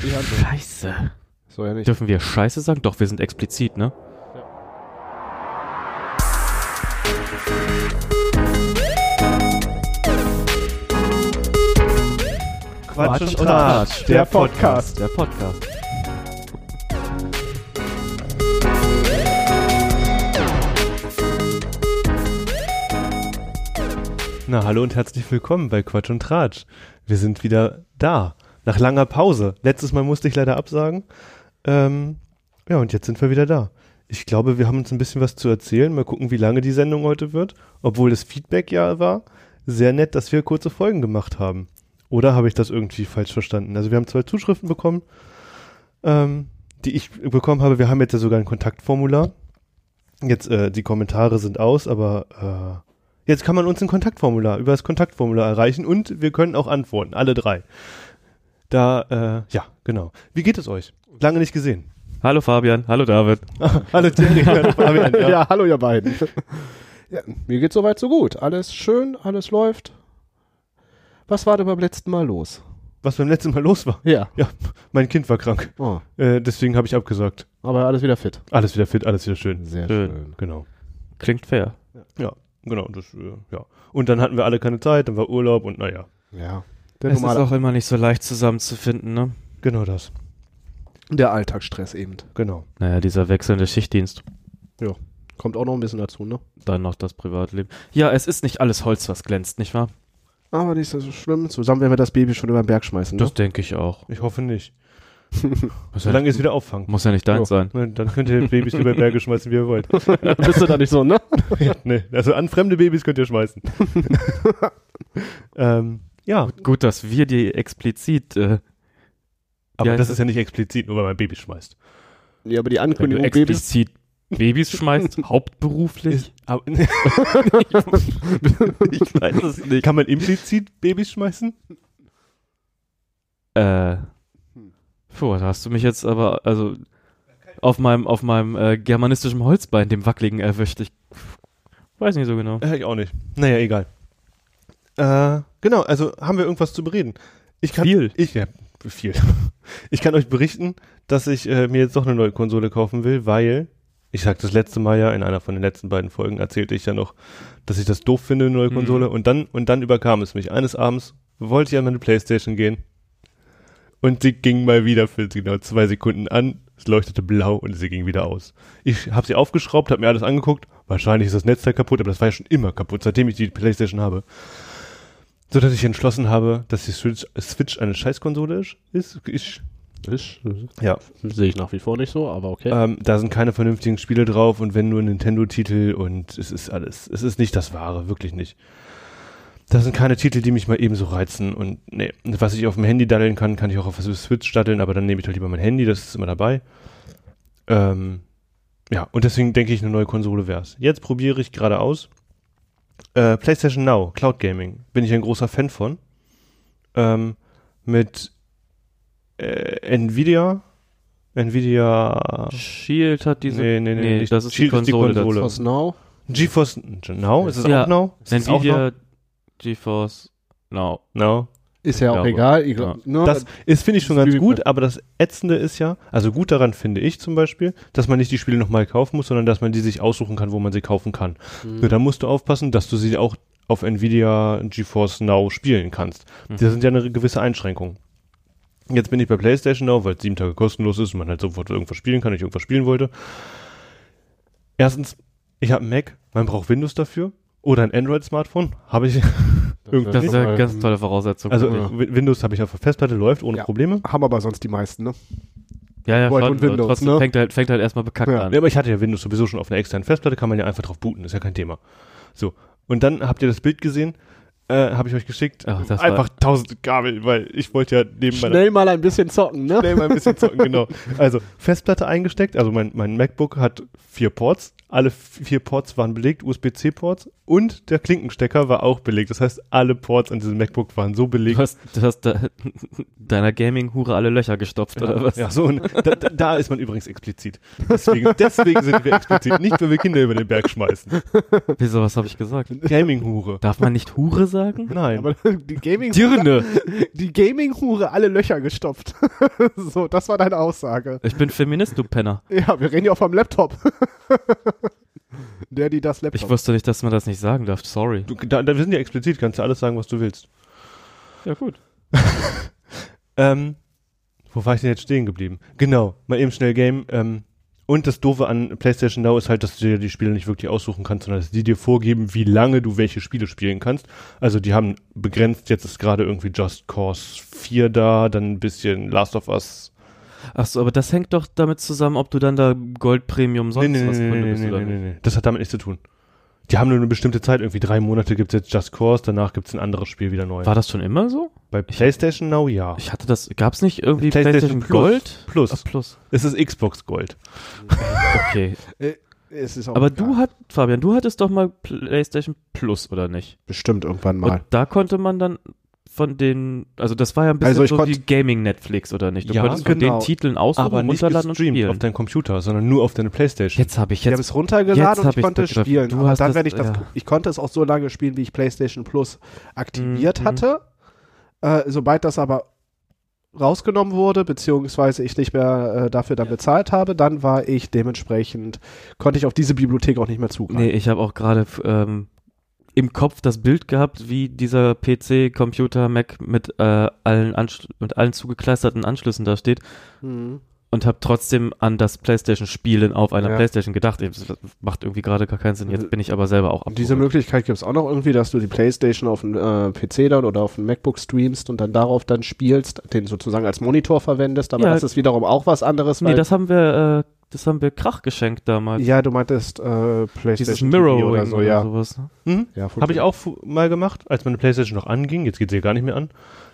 die Handlung. Scheiße. So ja nicht. Dürfen wir Scheiße sagen? Doch, wir sind explizit, ne? Quatsch und Tratsch, der Podcast. Der Podcast. Na, hallo und herzlich willkommen bei Quatsch und Tratsch. Wir sind wieder da, nach langer Pause. Letztes Mal musste ich leider absagen. Ja, und jetzt sind wir wieder da. Ich glaube, wir haben uns ein bisschen was zu erzählen. Mal gucken, wie lange die Sendung heute wird. Obwohl das Feedback ja war, sehr nett, dass wir kurze Folgen gemacht haben. Oder habe ich das irgendwie falsch verstanden? Also wir haben 2 Zuschriften bekommen, die ich bekommen habe. Wir haben jetzt ja sogar ein Kontaktformular. Jetzt, die Kommentare sind aus, aber jetzt kann man uns über das Kontaktformular erreichen und wir können auch antworten, alle 3. Ja, genau. Wie geht es euch? Lange nicht gesehen. Hallo Fabian, hallo David. Hallo Thierry, hallo Fabian. Ja, hallo ihr beiden. Ja, mir geht's soweit so gut. Alles schön, alles läuft. Was war denn beim letzten Mal los? Was beim letzten Mal los war? Ja. Ja, mein Kind war krank. Oh, Deswegen habe ich abgesagt. aber alles wieder fit. Alles wieder fit, alles wieder schön. Sehr Schön. schön. Genau. Klingt fair. Ja, genau. Ja. Und dann hatten wir alle keine Zeit, dann war Urlaub und naja. Ja. Es ist auch immer nicht so leicht zusammenzufinden, ne? Genau das. Der Alltagsstress eben. Genau. Naja, dieser wechselnde Schichtdienst. Kommt auch noch ein bisschen dazu, ne? Dann noch das Privatleben. Ja, es ist nicht alles Holz, was glänzt, nicht wahr? Aber nicht so schlimm. Zusammen werden wir das Baby schon über den Berg schmeißen, ne? Das denke ich auch. Ich hoffe nicht. Muss Solange ihr es wieder auffangen. Muss ja nicht deins sein. Ne, dann könnt ihr Babys über Berge schmeißen, wie ihr wollt. Bist du da nicht so, ne? Ja, ne, also an fremde Babys könnt ihr schmeißen. Ja, Gut, dass wir die explizit, aber Ja, das ist ja nicht explizit, nur weil man Babys schmeißt. Ja, aber die wenn du Ankündigung Babys. explizit Babys schmeißt, hauptberuflich. Aber, Ich weiß es nicht. kann man implizit Babys schmeißen? Da hast du mich jetzt aber, also auf meinem germanistischen Holzbein, dem wackeligen, erwischt. Ich weiß nicht so genau. Ich auch nicht. Naja, egal. Genau, also haben wir irgendwas zu bereden. Viel. Ich kann euch berichten, dass ich mir jetzt doch eine neue Konsole kaufen will, weil, ich sagte das letzte Mal ja, in einer von den letzten beiden Folgen erzählte ich ja noch, dass ich das doof finde, eine neue Konsole, und dann überkam es mich. Eines Abends wollte ich an meine Playstation gehen und sie ging mal wieder für genau 2 Sekunden an, es leuchtete blau und sie ging wieder aus. Ich habe sie aufgeschraubt, habe mir alles angeguckt, wahrscheinlich ist das Netzteil kaputt, aber das war ja schon immer kaputt, seitdem ich die Playstation habe. So dass ich entschlossen habe, dass die Switch eine Scheißkonsole ist. Ja. Sehe ich nach wie vor nicht so, aber okay. Da sind keine vernünftigen Spiele drauf und wenn nur Nintendo-Titel und es ist nicht das Wahre, wirklich nicht. Das sind keine Titel, die mich mal eben so reizen und nee, was ich auf dem Handy daddeln kann, kann ich auch auf der Switch daddeln, aber dann nehme ich halt lieber mein Handy, das ist immer dabei. Ja, und deswegen denke ich, eine neue Konsole wär's. Jetzt probiere ich gerade aus. PlayStation Now, Cloud Gaming, bin ich ein großer Fan von. Mit Nvidia. Shield hat diese. Nee, nicht. das ist Shield die Konsole. ist die Konsole. Was now? GeForce Now? Ist es Ja, auch Now? Ist es auch Nvidia, GeForce, Now. Now? Ist ja auch glaube, egal. Ich glaub, ne? Das ist, finde ich, schon das ganz ist gut, aber das Ätzende ist ja, also gut daran finde ich zum Beispiel, dass man nicht die Spiele nochmal kaufen muss, sondern dass man die sich aussuchen kann, wo man sie kaufen kann. Nur da musst du aufpassen, dass du sie auch auf Nvidia GeForce Now spielen kannst. Das sind ja eine gewisse Einschränkung. Jetzt bin ich bei PlayStation Now, weil es 7 Tage kostenlos ist und man halt sofort irgendwas spielen kann, ich irgendwas spielen wollte. Erstens, ich habe einen Mac, man braucht Windows dafür oder ein Android-Smartphone, habe ich irgendwie Das ist nicht. ja eine ganz tolle Voraussetzung. Also Ja. Windows habe ich auf der Festplatte, läuft ohne Ja. Probleme. Haben aber sonst die meisten, ne? ja, Android schon, und Windows, trotzdem ne? fängt halt erstmal bekackt Ja. an. Ja, aber ich hatte ja Windows sowieso schon auf einer externen Festplatte, kann man ja einfach drauf booten, ist ja kein Thema. So, und dann habt ihr das Bild gesehen, habe ich euch geschickt, Ach, das einfach 1000 Kabel, weil ich wollte ja neben meiner... Schnell mal ein bisschen zocken, ne? Schnell mal ein bisschen zocken, genau. Also, Festplatte eingesteckt, also mein MacBook hat 4 Ports, alle 4 Ports waren belegt, USB-C-Ports und der Klinkenstecker war auch belegt. Das heißt, alle Ports an diesem MacBook waren so belegt. Du hast deiner Gaming-Hure alle Löcher gestopft, oder was? Ja, so, und da ist man übrigens explizit. Deswegen sind wir explizit, nicht, weil wir Kinder über den Berg schmeißen. Wieso, was habe ich gesagt? Gaming-Hure. Darf man nicht Hure sagen? Nein. Aber die Dirne. Die Gaming-Hure alle Löcher gestopft. So, das war deine Aussage. Ich bin Feminist, du Penner. Ja, wir reden ja auch vom Laptop. Das Laptop. Ich wusste nicht, dass man das nicht sagen darf. Sorry. Wir sind ja explizit, kannst du alles sagen, was du willst. Ja, gut. Wo war ich denn jetzt stehen geblieben? Genau, mal eben schnell Game. Und das Doofe an PlayStation Now ist halt, dass du dir die Spiele nicht wirklich aussuchen kannst, sondern dass die dir vorgeben, wie lange du welche Spiele spielen kannst. Also die haben begrenzt, jetzt ist gerade irgendwie Just Cause 4 da, dann ein bisschen Last of Us. Ach so, aber das hängt doch damit zusammen, ob du dann da Gold Premium sonst was Kunde bist oder nicht. Nee. Das hat damit nichts zu tun. Die haben nur eine bestimmte Zeit, irgendwie 3 Monate gibt's jetzt Just Cause, danach gibt's ein anderes Spiel wieder neu. War das schon immer so? Bei PlayStation Now, ja. Ich hatte das, gab's nicht irgendwie PlayStation Gold? Plus. Ach, Plus. Es ist Xbox Gold. Okay. Es ist auch Aber egal. Fabian, du hattest doch mal PlayStation Plus, oder nicht? Bestimmt irgendwann mal. Und da konnte man dann von den, also das war ja ein bisschen Also so wie Gaming-Netflix, oder nicht? Du Ja, konntest von genau. den Titeln aussuchen, Aber nicht runterladen und gestreamt spielen. auf deinen Computer, sondern nur auf deine PlayStation. Jetzt habe ich Ich habe es runtergeladen und ich konnte es begriffen. spielen. Du Aber hast dann, das, wenn ich das, ja. ich konnte es auch so lange spielen, wie ich PlayStation Plus aktiviert Mhm. hatte. Sobald das aber rausgenommen wurde, beziehungsweise ich nicht mehr dafür dann bezahlt habe, dann war ich dementsprechend, konnte ich auf diese Bibliothek auch nicht mehr zugreifen. Nee, ich habe auch gerade im Kopf das Bild gehabt, wie dieser PC, Computer, Mac mit allen zugekleisterten Anschlüssen da steht Mhm. und habe trotzdem an das PlayStation-Spielen auf einer Ja. PlayStation gedacht. Das macht irgendwie gerade gar keinen Sinn. Jetzt bin ich aber selber auch Und diese Möglichkeit gibt es auch noch irgendwie, dass du die PlayStation auf dem PC dann oder auf dem MacBook streamst und dann darauf dann spielst, den sozusagen als Monitor verwendest, aber Ja. das ist wiederum auch was anderes. Nee, weil- das haben wir Krach geschenkt damals. ja, du meintest Dieses PlayStation TV Mirroring oder so, ja. sowas. Ne? Mhm. Ja, Habe ich auch mal gemacht, als meine PlayStation noch anging. Jetzt geht sie ja gar nicht mehr an.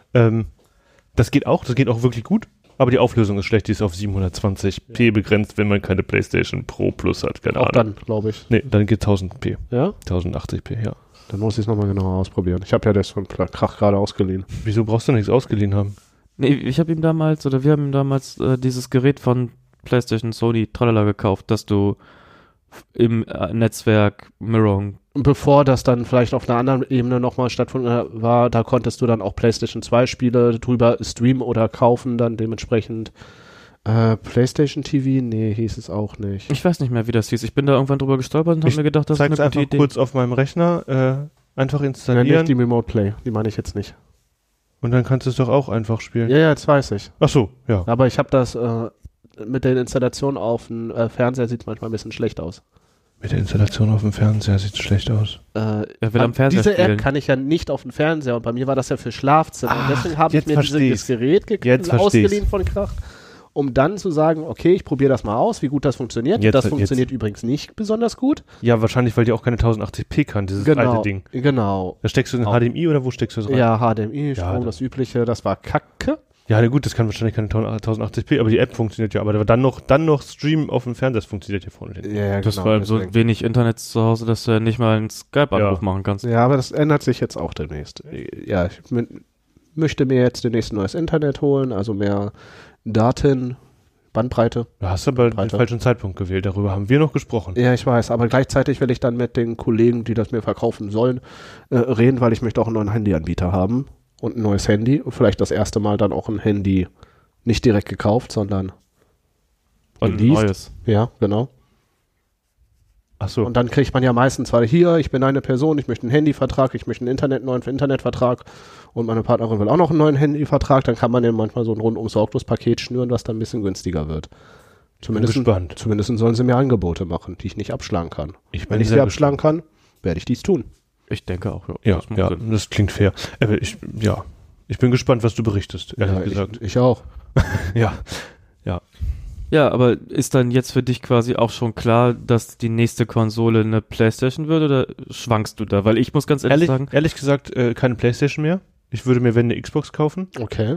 Das geht auch wirklich gut. Aber die Auflösung ist schlecht, die ist auf 720p begrenzt, wenn man keine PlayStation Pro Plus hat. Keine Auch Ahnung. dann, glaube ich. Nee, dann geht 1000p. Ja? 1080p, ja. Dann muss ich es nochmal genauer ausprobieren. Ich habe ja das von Krach gerade ausgeliehen. Wieso brauchst du nichts ausgeliehen haben? Nee, wir haben ihm damals dieses Gerät von PlayStation, Sony, tralala gekauft, dass du im Netzwerk Mirroring. Und bevor das dann vielleicht auf einer anderen Ebene nochmal stattgefunden war, da konntest du dann auch PlayStation 2 Spiele drüber streamen oder kaufen, dann dementsprechend PlayStation TV? Nee, hieß es auch nicht. Ich weiß nicht mehr, wie das hieß. Ich bin da irgendwann drüber gestolpert und habe mir gedacht, das ist Zeig's eine gute einfach Idee. kurz auf meinem Rechner, einfach Ja, installieren nicht die Remote Play, die meine ich jetzt nicht. und dann kannst du es doch auch einfach spielen. Ja, jetzt weiß ich. Ach so, ja. Aber ich habe das mit der Installation auf dem Fernseher sieht es manchmal ein bisschen schlecht aus. Mit der Installation auf dem Fernseher sieht es schlecht aus. Er will am Fernseher diese spielen. App kann ich ja nicht auf dem Fernseher und bei mir war das ja für Schlafzimmer. Und deswegen habe ich jetzt mir dieses Gerät ausgeliehen von Krach, um dann zu sagen, okay, ich probiere das mal aus, wie gut das funktioniert. Jetzt- das funktioniert übrigens nicht besonders gut. Ja, wahrscheinlich, weil die auch keine 1080p kann, dieses alte Ding. Genau. Da steckst du in HDMI oder wo steckst du es rein? Ja, HDMI, Ja, Strom, das Übliche, das war Kacke. Ja, na gut, das kann wahrscheinlich keine 1080p, aber die App funktioniert ja. Aber dann noch streamen auf dem Fernseher, das funktioniert hier vorne. Ja, Das vor allem so deswegen. wenig Internet zu Hause, dass du ja nicht mal einen Skype-Anruf Ja. machen kannst. Ja, aber das ändert sich jetzt auch demnächst. Ja, ich möchte mir jetzt demnächst ein neues Internet holen, also mehr Daten, Bandbreite. Du hast aber den Breite. falschen Zeitpunkt gewählt, darüber haben wir noch gesprochen. Ja, ich weiß, aber gleichzeitig will ich dann mit den Kollegen, die das mir verkaufen sollen, reden, weil ich möchte auch einen neuen Handyanbieter haben und ein neues Handy und vielleicht das erste Mal dann auch ein Handy nicht direkt gekauft, sondern Und ein geleast. neues. Ja, genau. Ach so. Und dann kriegt man ja meistens, weil hier, ich bin eine Person, ich möchte einen Handyvertrag, ich möchte einen neuen Internetvertrag und meine Partnerin will auch noch einen neuen Handyvertrag, dann kann man ja manchmal so ein rundum sorglos Paket schnüren, was dann ein bisschen günstiger wird. Zumindest sollen sie mir Angebote machen, die ich nicht abschlagen kann. Wenn ich sie abschlagen kann, werde ich dies tun. Ich denke auch. Ja, das macht ja, Sinn. das klingt fair. Aber ich bin gespannt, was du berichtest, ehrlich gesagt. Ich auch. Ja. Ja, aber ist dann jetzt für dich quasi auch schon klar, dass die nächste Konsole eine PlayStation wird oder schwankst du da? Weil ich muss ganz ehrlich sagen, Ehrlich gesagt, keine PlayStation mehr. Ich würde mir, wenn, eine Xbox kaufen. Okay.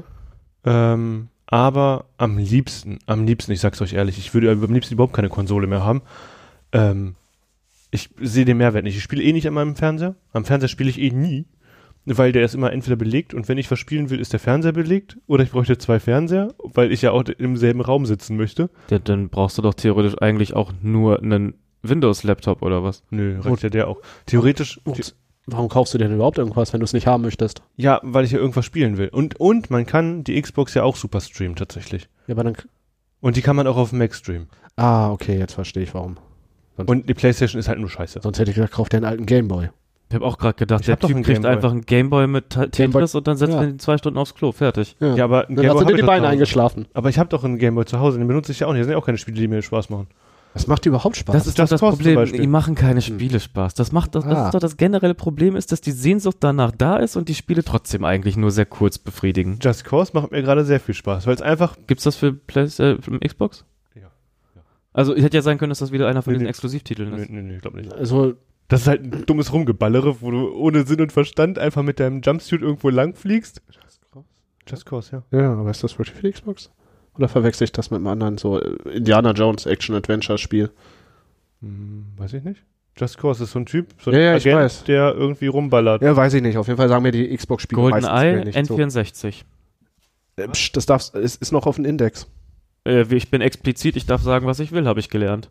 Aber am liebsten, ich sag's euch ehrlich, ich würde am liebsten überhaupt keine Konsole mehr haben. Ich sehe den Mehrwert nicht. Ich spiele eh nicht an meinem Fernseher. Am Fernseher spiele ich eh nie, weil der ist immer entweder belegt und wenn ich was spielen will, ist der Fernseher belegt oder ich bräuchte 2 Fernseher, weil ich ja auch im selben Raum sitzen möchte. ja, dann brauchst du doch theoretisch eigentlich auch nur einen Windows-Laptop oder was? Nö, reicht ja der auch. Theoretisch, Warum kaufst du denn überhaupt irgendwas, wenn du es nicht haben möchtest? Ja, weil ich ja irgendwas spielen will. Und man kann die Xbox ja auch super streamen tatsächlich. Ja, aber dann... Und die kann man auch auf dem Mac streamen. Ah, okay, jetzt verstehe ich warum. Und die PlayStation ist halt nur scheiße. Sonst hätte ich gesagt, kauf dir einen alten Gameboy. Ich habe auch gerade gedacht, der Typ kriegt einfach einen Gameboy mit Tetris und dann setzt er ihn 2 Stunden aufs Klo. Fertig. Ja, aber dann hast du dir die Beine eingeschlafen. Aber ich habe doch einen Gameboy zu Hause, den benutze ich ja auch nicht. Das sind ja auch keine Spiele, die mir Spaß machen. Das macht überhaupt Spaß. Das ist doch das Problem. Die machen keine Spiele Spaß. Das ist doch das generelle Problem ist, dass die Sehnsucht danach da ist und die Spiele trotzdem eigentlich nur sehr kurz befriedigen. Just Cause macht mir gerade sehr viel Spaß, weil es einfach... Gibt's das für Xbox? Ja. Also, hätte ja sein können, dass das wieder einer von diesen Exklusivtiteln ist. Nee, ich glaube nicht. Also... Das ist halt ein dummes Rumgeballere, wo du ohne Sinn und Verstand einfach mit deinem Jumpsuit irgendwo lang fliegst. Just Cause, ja. Ja, aber ist das wirklich für die Xbox? Oder verwechsel ich das mit einem anderen so Indiana Jones Action-Adventure-Spiel? Weiß ich nicht. Just Cause ist so ein Typ, so ein Agent, der irgendwie rumballert. Ja, weiß ich nicht. Auf jeden Fall sagen mir die Xbox-Spiele GoldenEye, N64. So. Das ist noch auf dem Index. Ich bin explizit, ich darf sagen, was ich will, habe ich gelernt.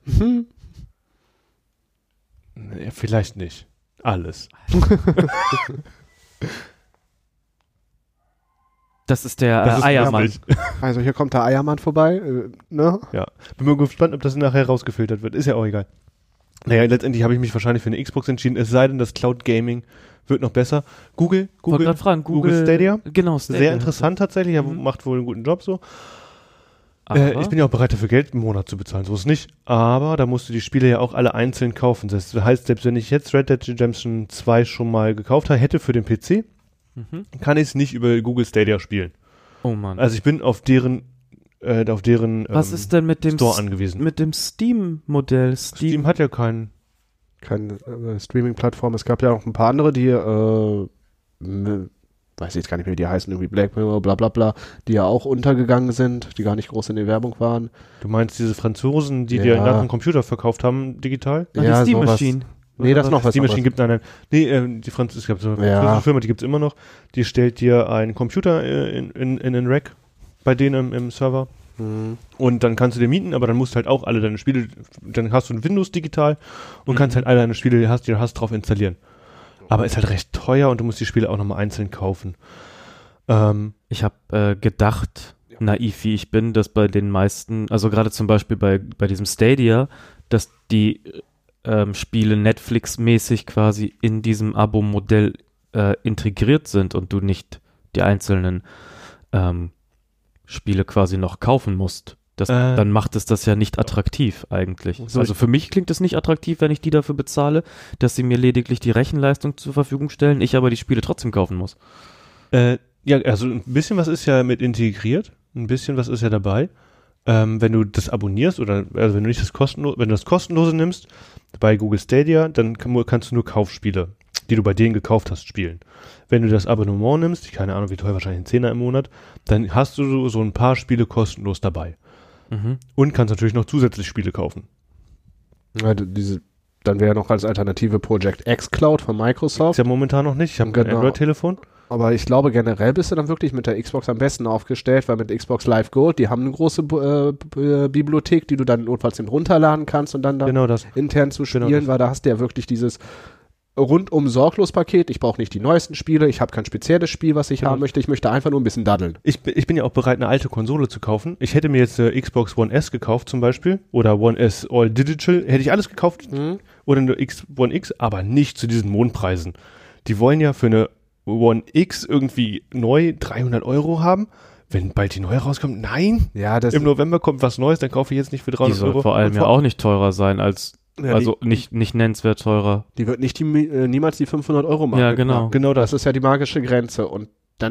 Nee, vielleicht nicht. Alles. Das ist der Eiermann. Also hier kommt der Eiermann vorbei. Ne? Ja. Bin mal gespannt, ob das nachher rausgefiltert wird. Ist ja auch egal. Naja, letztendlich habe ich mich wahrscheinlich für eine Xbox entschieden, es sei denn, das Cloud Gaming wird noch besser. Google Stadia. Genau, Stadia. Sehr interessant tatsächlich, macht wohl einen guten Job so. Ich bin ja auch bereit dafür Geld im Monat zu bezahlen, so ist nicht. Aber da musst du die Spiele ja auch alle einzeln kaufen. Das heißt, selbst wenn ich jetzt Red Dead Redemption 2 schon mal gekauft hätte für den PC, kann ich es nicht über Google Stadia spielen. Oh Mann. Also ich bin auf deren was ist denn mit dem Store angewiesen. Mit dem Steam-Modell? Steam hat ja keine Streaming-Plattform. Es gab ja noch ein paar andere, die weiß jetzt gar nicht mehr, wie die heißen, irgendwie Black Mirror, bla bla bla, die ja auch untergegangen sind, die gar nicht groß in der Werbung waren. Du meinst diese Franzosen, die dir nach dem Computer verkauft haben, digital? Ja, die Steam Machine. Nee, das noch was. Steam Machine gibt nein. Nee, die es gab so eine französische Firma, die gibt's immer noch. Die stellt dir einen Computer in den Rack bei denen im Server. Und dann kannst du dir mieten, aber dann musst du halt auch alle deine Spiele, dann hast du ein Windows digital und kannst halt alle deine Spiele, die du hast, drauf installieren. Aber ist halt recht teuer und du musst die Spiele auch nochmal einzeln kaufen. Ich habe gedacht, naiv wie ich bin, dass bei den meisten, also gerade zum Beispiel bei diesem Stadia, dass die Spiele Netflix-mäßig quasi in diesem Abo-Modell integriert sind und du nicht die einzelnen Spiele quasi noch kaufen musst. Dann macht es das ja nicht attraktiv eigentlich. Also für mich klingt es nicht attraktiv, wenn ich die dafür bezahle, dass sie mir lediglich die Rechenleistung zur Verfügung stellen, ich aber die Spiele trotzdem kaufen muss. Ja, also ein bisschen was ist ja mit integriert, ein bisschen was ist ja dabei. Wenn du das abonnierst oder also wenn du das kostenlose nimmst bei Google Stadia, dann kannst du nur Kaufspiele, die du bei denen gekauft hast, spielen. Wenn du das Abonnement nimmst, keine Ahnung wie teuer, wahrscheinlich ein Zehner im Monat, dann hast du so ein paar Spiele kostenlos dabei. Und kannst natürlich noch zusätzlich Spiele kaufen. Ja, dann wäre noch als Alternative Project X Cloud von Microsoft. Ist ja momentan noch nicht. Ich habe ein Android-Telefon. Aber ich glaube, generell bist du dann wirklich mit der Xbox am besten aufgestellt, weil mit Xbox Live Gold, die haben eine große Bibliothek, die du dann notfalls runterladen kannst und dann da intern zu spielen, weil da hast du ja wirklich dieses rundum sorglos Paket. Ich brauche nicht die neuesten Spiele, ich habe kein spezielles Spiel, was ich haben möchte. Ich möchte einfach nur ein bisschen daddeln. Ich bin ja auch bereit, eine alte Konsole zu kaufen. Ich hätte mir jetzt Xbox One S gekauft zum Beispiel oder One S All Digital. Hätte ich alles gekauft. Oder eine One X, aber nicht zu diesen Mondpreisen. Die wollen ja für eine One X irgendwie neu 300 € haben. Wenn bald die neue rauskommt, nein. Ja, im November kommt was Neues, dann kaufe ich jetzt nicht für 300 €. Die soll vor allem ja auch nicht teurer sein als nicht nennenswert teurer. Die wird nicht niemals die 500 € machen. Ja, genau. Genau das ist ja die magische Grenze. Und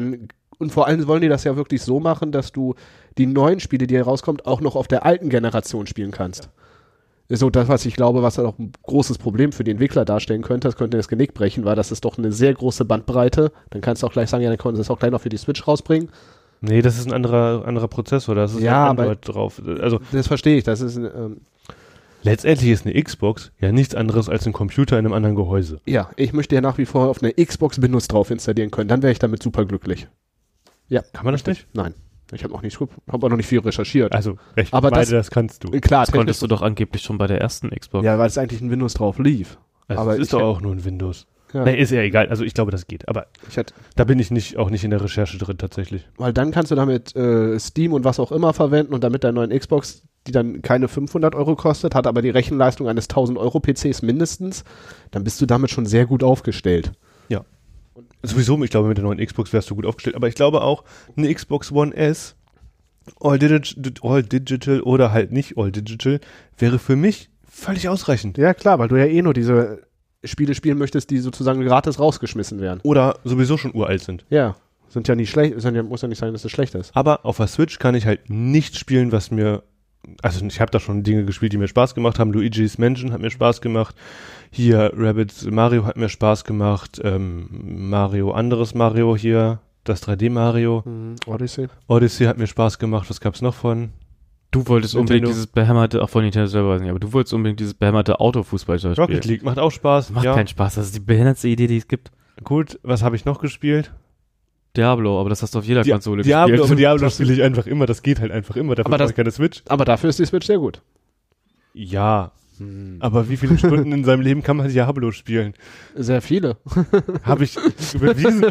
vor allem wollen die das ja wirklich so machen, dass du die neuen Spiele, die herauskommen, auch noch auf der alten Generation spielen kannst. Ja. So das, was ich glaube, was auch ein großes Problem für die Entwickler darstellen könnte, das könnte das Genick brechen, weil das ist doch eine sehr große Bandbreite. Dann kannst du auch gleich sagen, ja, dann können sie das auch gleich noch für die Switch rausbringen. Nee, das ist ein anderer Prozessor, das ist ja Android drauf. Also, das verstehe ich, das ist letztendlich ist eine Xbox ja nichts anderes als ein Computer in einem anderen Gehäuse. Ja, ich möchte ja nach wie vor auf eine Xbox Windows drauf installieren können, dann wäre ich damit super glücklich. Ja. Kann man das nicht? Nein. Ich habe auch noch nicht viel recherchiert. Also, das kannst du. Klar, das konntest du doch angeblich schon bei der ersten Xbox. Ja, weil es eigentlich ein Windows drauf lief. Also aber es ist doch auch nur ein Windows. Ja. Nee, ist ja egal. Also ich glaube, das geht. Aber da bin ich auch nicht in der Recherche drin tatsächlich. Weil dann kannst du damit Steam und was auch immer verwenden und damit der neuen Xbox, die dann keine 500 € kostet, hat aber die Rechenleistung eines 1000 € PCs mindestens, dann bist du damit schon sehr gut aufgestellt. Ja. Und sowieso, ich glaube, mit der neuen Xbox wärst du gut aufgestellt. Aber ich glaube auch, eine Xbox One S, all digital oder halt nicht all digital, wäre für mich völlig ausreichend. Ja klar, weil du ja nur diese Spiele spielen möchtest, die sozusagen gratis rausgeschmissen werden. Oder sowieso schon uralt sind. Ja, sind ja nicht schlecht, muss ja nicht sein, dass es schlecht ist. Aber auf der Switch kann ich halt nicht spielen, was mir, also ich habe da schon Dinge gespielt, die mir Spaß gemacht haben. Luigi's Mansion hat mir Spaß gemacht. Hier Rabbids Mario hat mir Spaß gemacht. Anderes Mario hier, das 3D Mario. Odyssey hat mir Spaß gemacht. Was gab's noch von? Du wolltest unbedingt dieses behämmerte, auch von Nintendo selber weiß nicht, aber du wolltest unbedingt dieses behämmerte Autofußballspiel. Rocket League macht auch Spaß. Macht keinen Spaß, das ist die behindertste Idee, die es gibt. Gut, was habe ich noch gespielt? Diablo, aber das hast du auf jeder Konsole gespielt. Aber Diablo spiele ich einfach immer, das geht halt einfach immer, dafür brauche ich keine Switch. Aber dafür ist die Switch sehr gut. Ja, aber wie viele Stunden in seinem Leben kann man Diablo spielen? Sehr viele. Habe ich bewiesen.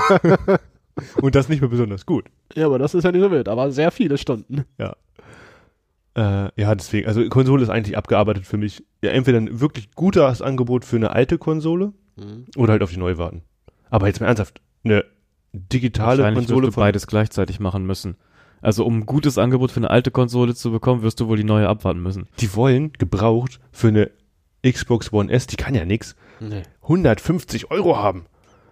Und das nicht mehr besonders gut. Ja, aber das ist ja nicht so wild, aber sehr viele Stunden. Ja. Ja, deswegen, also Konsole ist eigentlich abgearbeitet für mich. Ja, entweder ein wirklich gutes Angebot für eine alte Konsole oder halt auf die neue warten. Aber jetzt mal ernsthaft, eine digitale Konsole wirst du beides gleichzeitig machen müssen. Also um ein gutes Angebot für eine alte Konsole zu bekommen, wirst du wohl die neue abwarten müssen. Die wollen gebraucht für eine Xbox One S, die kann ja nix, 150 € haben.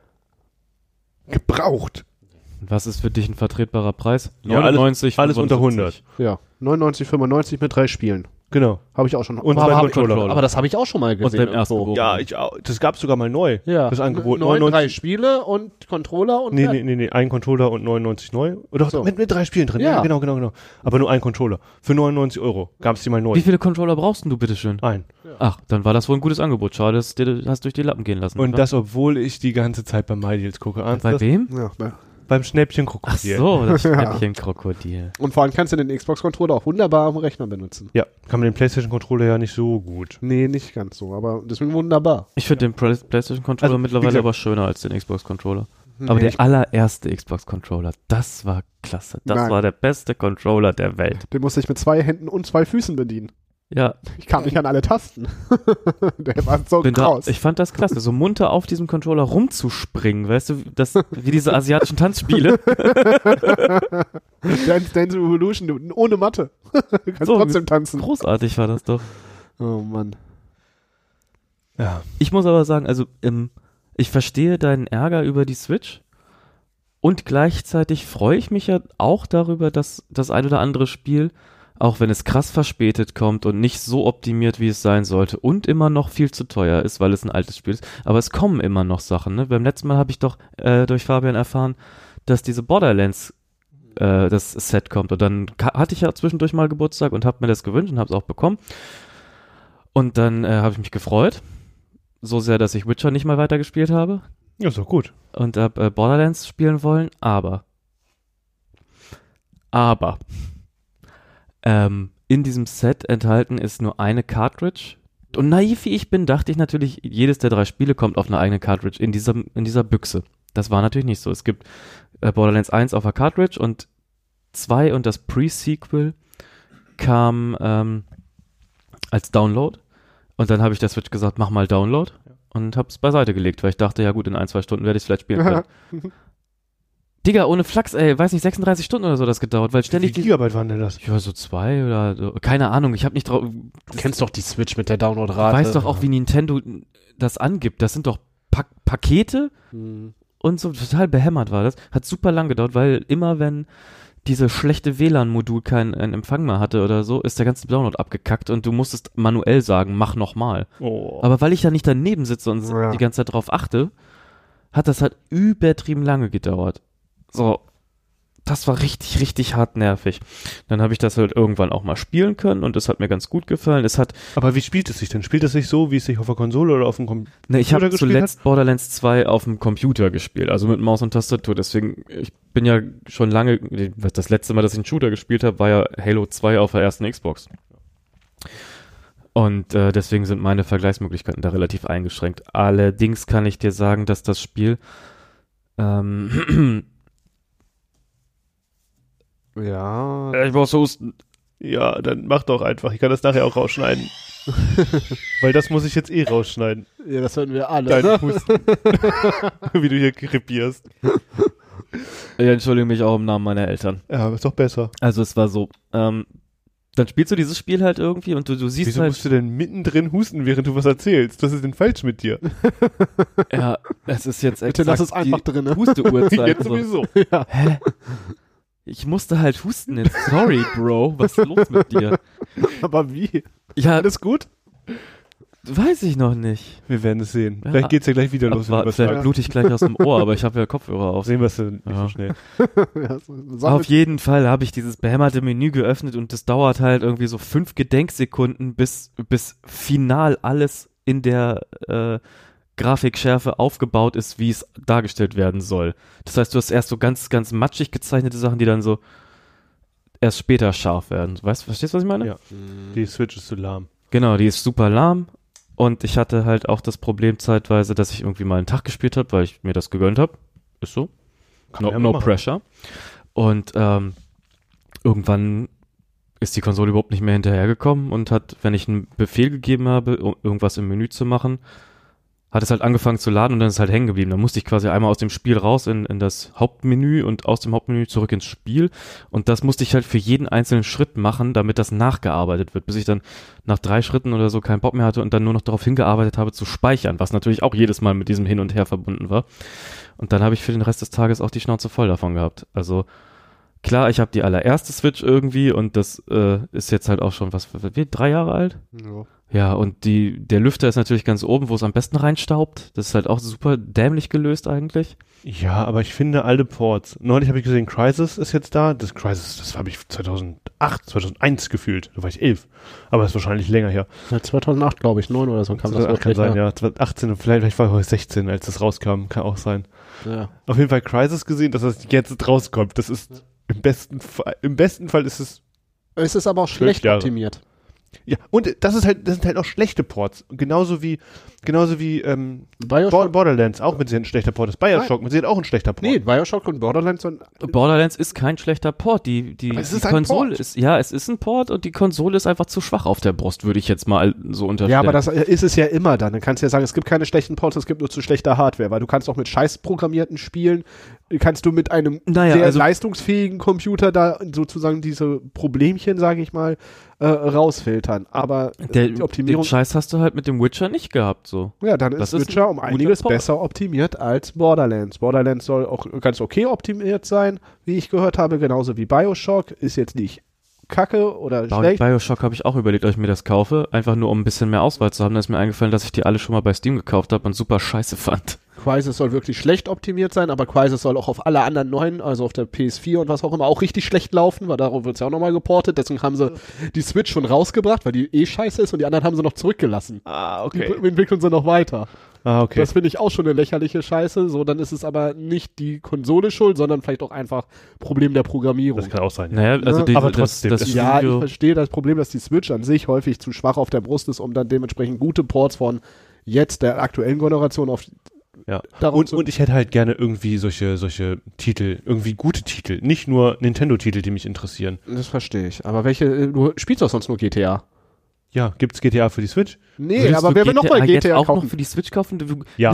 Gebraucht. Was ist für dich ein vertretbarer Preis? 99, alles unter 100. Ja, 99,95 mit 3 Spielen. Genau. Habe ich auch schon. Und zwei Controller. Aber das habe ich auch schon mal gesehen. Und dem ersten ja, ich auch. Das gab es sogar mal neu. Ja. Das Angebot. 3 Spiele und Controller und... Nee. Ein Controller und 99 neu. Oder so. mit 3 Spielen drin. Ja, genau. Aber nur ein Controller. Für 99 € gab es die mal neu. Wie viele Controller brauchst du bitteschön? Ein. Ja. Ach, dann war das wohl ein gutes Angebot. Schade, dass du dir das durch die Lappen gehen lassen. Und das, obwohl ich die ganze Zeit bei MyDeals gucke. Bei wem? Ja, beim Schnäppchenkrokodil. Ach so, das Schnäppchenkrokodil. Und vor allem kannst du den Xbox-Controller auch wunderbar am Rechner benutzen. Ja, kann man den PlayStation-Controller ja nicht so gut. Nee, nicht ganz so, aber deswegen wunderbar. Ich finde den PlayStation-Controller mittlerweile aber schöner als den Xbox-Controller. Aber der allererste Xbox-Controller, das war klasse. Das war der beste Controller der Welt. Den musste ich mit 2 Händen und 2 Füßen bedienen. Ja. Ich kam nicht an alle Tasten. Der war so krass. Ich fand das klasse, so munter auf diesem Controller rumzuspringen, weißt du, wie diese asiatischen Tanzspiele. Dance Revolution ohne Matte. Du kannst trotzdem tanzen. Großartig war das doch. Oh Mann. Ja. Ich muss aber sagen, also ich verstehe deinen Ärger über die Switch und gleichzeitig freue ich mich ja auch darüber, dass das ein oder andere Spiel, auch wenn es krass verspätet kommt und nicht so optimiert, wie es sein sollte und immer noch viel zu teuer ist, weil es ein altes Spiel ist, aber es kommen immer noch Sachen. Ne? Beim letzten Mal habe ich doch durch Fabian erfahren, dass diese Borderlands das Set kommt und dann hatte ich ja zwischendurch mal Geburtstag und habe mir das gewünscht und habe es auch bekommen und dann habe ich mich gefreut, so sehr, dass ich Witcher nicht mal weitergespielt habe. Ja, ist doch gut. Und habe Borderlands spielen wollen, aber in diesem Set enthalten ist nur eine Cartridge. Und naiv wie ich bin, dachte ich natürlich, jedes der 3 Spiele kommt auf eine eigene Cartridge in dieser Büchse. Das war natürlich nicht so. Es gibt Borderlands 1 auf der Cartridge und 2 und das Pre-Sequel kam als Download. Und dann habe ich der Switch gesagt, mach mal Download. Und habe es beiseite gelegt, weil ich dachte, ja gut, in 1-2 Stunden werde ich es vielleicht spielen können. Digga, ohne Flachs, weiß nicht, 36 Stunden oder so das gedauert, weil ständig... Wie Gigabyte waren denn das? Ja, so 2 oder so. Keine Ahnung, ich habe nicht drauf... Du kennst doch die Switch mit der Downloadrate. Du weißt doch auch, wie Nintendo das angibt. Das sind doch Pakete und so total behämmert war das. Hat super lang gedauert, weil immer wenn diese schlechte WLAN-Modul keinen Empfang mehr hatte oder so, ist der ganze Download abgekackt und du musstest manuell sagen, mach nochmal. Oh. Aber weil ich da nicht daneben sitze und die ganze Zeit drauf achte, hat das halt übertrieben lange gedauert. So, das war richtig, richtig hart nervig. Dann habe ich das halt irgendwann auch mal spielen können und es hat mir ganz gut gefallen. Aber wie spielt es sich denn? Spielt es sich so, wie es sich auf der Konsole oder auf dem Computer gespielt hat? Ich habe zuletzt Borderlands 2 auf dem Computer gespielt, also mit Maus und Tastatur. Deswegen, ich bin ja schon lange, das letzte Mal, dass ich einen Shooter gespielt habe, war ja Halo 2 auf der ersten Xbox. Und deswegen sind meine Vergleichsmöglichkeiten da relativ eingeschränkt. Allerdings kann ich dir sagen, dass das Spiel Ja. Ich muss husten. Ja, dann mach doch einfach. Ich kann das nachher auch rausschneiden. Weil das muss ich jetzt rausschneiden. Ja, das hören wir alle. Dein Husten. Wie du hier krepierst. Ich entschuldige mich auch im Namen meiner Eltern. Ja, ist doch besser. Also es war so, dann spielst du dieses Spiel halt irgendwie und du siehst Wieso halt... musst du denn mittendrin husten, während du was erzählst? Was ist denn falsch mit dir? Ja, es ist jetzt Bitte lass es einfach drin. Ne? Huste-Uhrzeit. Jetzt sowieso. Ja. Hä? Ich musste halt husten jetzt. Sorry, Bro. Was ist los mit dir? Aber wie? Ja, Alles gut? weiß ich noch nicht. Wir werden es sehen. Ja. Vielleicht geht's ja gleich wieder los. wenn du was Vielleicht sagst. blute ich gleich aus dem Ohr, aber ich habe ja Kopfhörer auf. Sehen wir es nicht Ja. so schnell. Ja, Auf jeden Fall habe ich dieses behämmerte Menü geöffnet und das dauert halt irgendwie so 5 Gedenksekunden, bis final alles in der Grafikschärfe aufgebaut ist, wie es dargestellt werden soll. Das heißt, du hast erst so ganz, ganz matschig gezeichnete Sachen, die dann so erst später scharf werden. Verstehst du, was ich meine? Ja. Die Switch ist zu lahm. Genau, die ist super lahm und ich hatte halt auch das Problem zeitweise, dass ich irgendwie mal einen Tag gespielt habe, weil ich mir das gegönnt habe. Ist so. Kann man ja No machen. pressure. Und irgendwann ist die Konsole überhaupt nicht mehr hinterhergekommen und hat, wenn ich einen Befehl gegeben habe, um irgendwas im Menü zu machen, hat es halt angefangen zu laden und dann ist es halt hängen geblieben. Dann musste ich quasi einmal aus dem Spiel raus in das Hauptmenü und aus dem Hauptmenü zurück ins Spiel. Und das musste ich halt für jeden einzelnen Schritt machen, damit das nachgearbeitet wird, bis ich dann nach 3 Schritten oder so keinen Bock mehr hatte und dann nur noch darauf hingearbeitet habe zu speichern, was natürlich auch jedes Mal mit diesem Hin und Her verbunden war. Und dann habe ich für den Rest des Tages auch die Schnauze voll davon gehabt. Also klar, ich habe die allererste Switch irgendwie und das ist jetzt halt auch schon, 3 Jahre alt? Ja. Ja, und der Lüfter ist natürlich ganz oben, wo es am besten reinstaubt. Das ist halt auch super dämlich gelöst eigentlich. Ja, aber ich finde alle Ports. Neulich habe ich gesehen, Crysis ist jetzt da. Das Crysis, das habe ich 2001 gefühlt. Da war ich 11. Aber das ist wahrscheinlich länger her. Ja, 2008, glaube ich, 9 oder so kam das Kann wirklich. sein, ja. 2018, vielleicht war ich 16, als das rauskam. Kann auch sein. Ja. Auf jeden Fall Crysis gesehen, dass das jetzt rauskommt. Das ist im besten Fall ist es. Es ist aber auch 12 schlecht Jahre. optimiert. Ja, und das sind halt auch schlechte Ports. Genauso wie Bioshock? Borderlands auch mit sich ein schlechter Port ist. Bioshock mit sich auch ein schlechter Port. Nee, Bioshock und Borderlands und Borderlands ist kein schlechter Port. Die es ist die ein Konsole Port. ist, ja, es ist ein Port und die Konsole ist einfach zu schwach auf der Brust, würde ich jetzt mal so unterstellen. ja, aber das ist es ja immer dann. Dann kannst du ja sagen, es gibt keine schlechten Ports, es gibt nur zu schlechter Hardware, weil du kannst auch mit scheiß programmierten Spielen, kannst du mit einem sehr leistungsfähigen Computer da sozusagen diese Problemchen, sage ich mal, rausfiltern. Aber die Optimierung... Den Scheiß hast du halt mit dem Witcher nicht gehabt, so. Ja, dann ist Witcher um einiges besser optimiert als Borderlands. Borderlands soll auch ganz okay optimiert sein, wie ich gehört habe, genauso wie Bioshock. Ist jetzt nicht kacke oder schlecht. Bioshock habe ich auch überlegt, ob ich mir das kaufe, einfach nur um ein bisschen mehr Auswahl zu haben. Da ist mir eingefallen, dass ich die alle schon mal bei Steam gekauft habe und super scheiße fand. Crysis soll wirklich schlecht optimiert sein, aber Crysis soll auch auf alle anderen neuen, also auf der PS4 und was auch immer, auch richtig schlecht laufen, weil darauf wird es ja auch nochmal geportet. Deswegen haben sie die Switch schon rausgebracht, weil die scheiße ist und die anderen haben sie noch zurückgelassen. Ah, Die entwickeln sie noch weiter. Ah, okay. Das finde ich auch schon eine lächerliche Scheiße. So, dann ist es aber nicht die Konsole schuld, sondern vielleicht auch einfach Problem der Programmierung. Das kann auch sein. Naja, also aber trotzdem, das Ja, ich Studio, verstehe das Problem, dass die Switch an sich häufig zu schwach auf der Brust ist, um dann dementsprechend gute Ports von jetzt der aktuellen Generation auf Ja. darauf Und ich hätte halt gerne irgendwie solche Titel, irgendwie gute Titel, nicht nur Nintendo-Titel, die mich interessieren. Das verstehe ich. Aber du spielst doch sonst nur GTA. Ja, gibt's GTA für die Switch? Nee, Würdest aber du wer will nochmal jetzt GTA auch kaufen? noch für die Switch kaufen? Ja.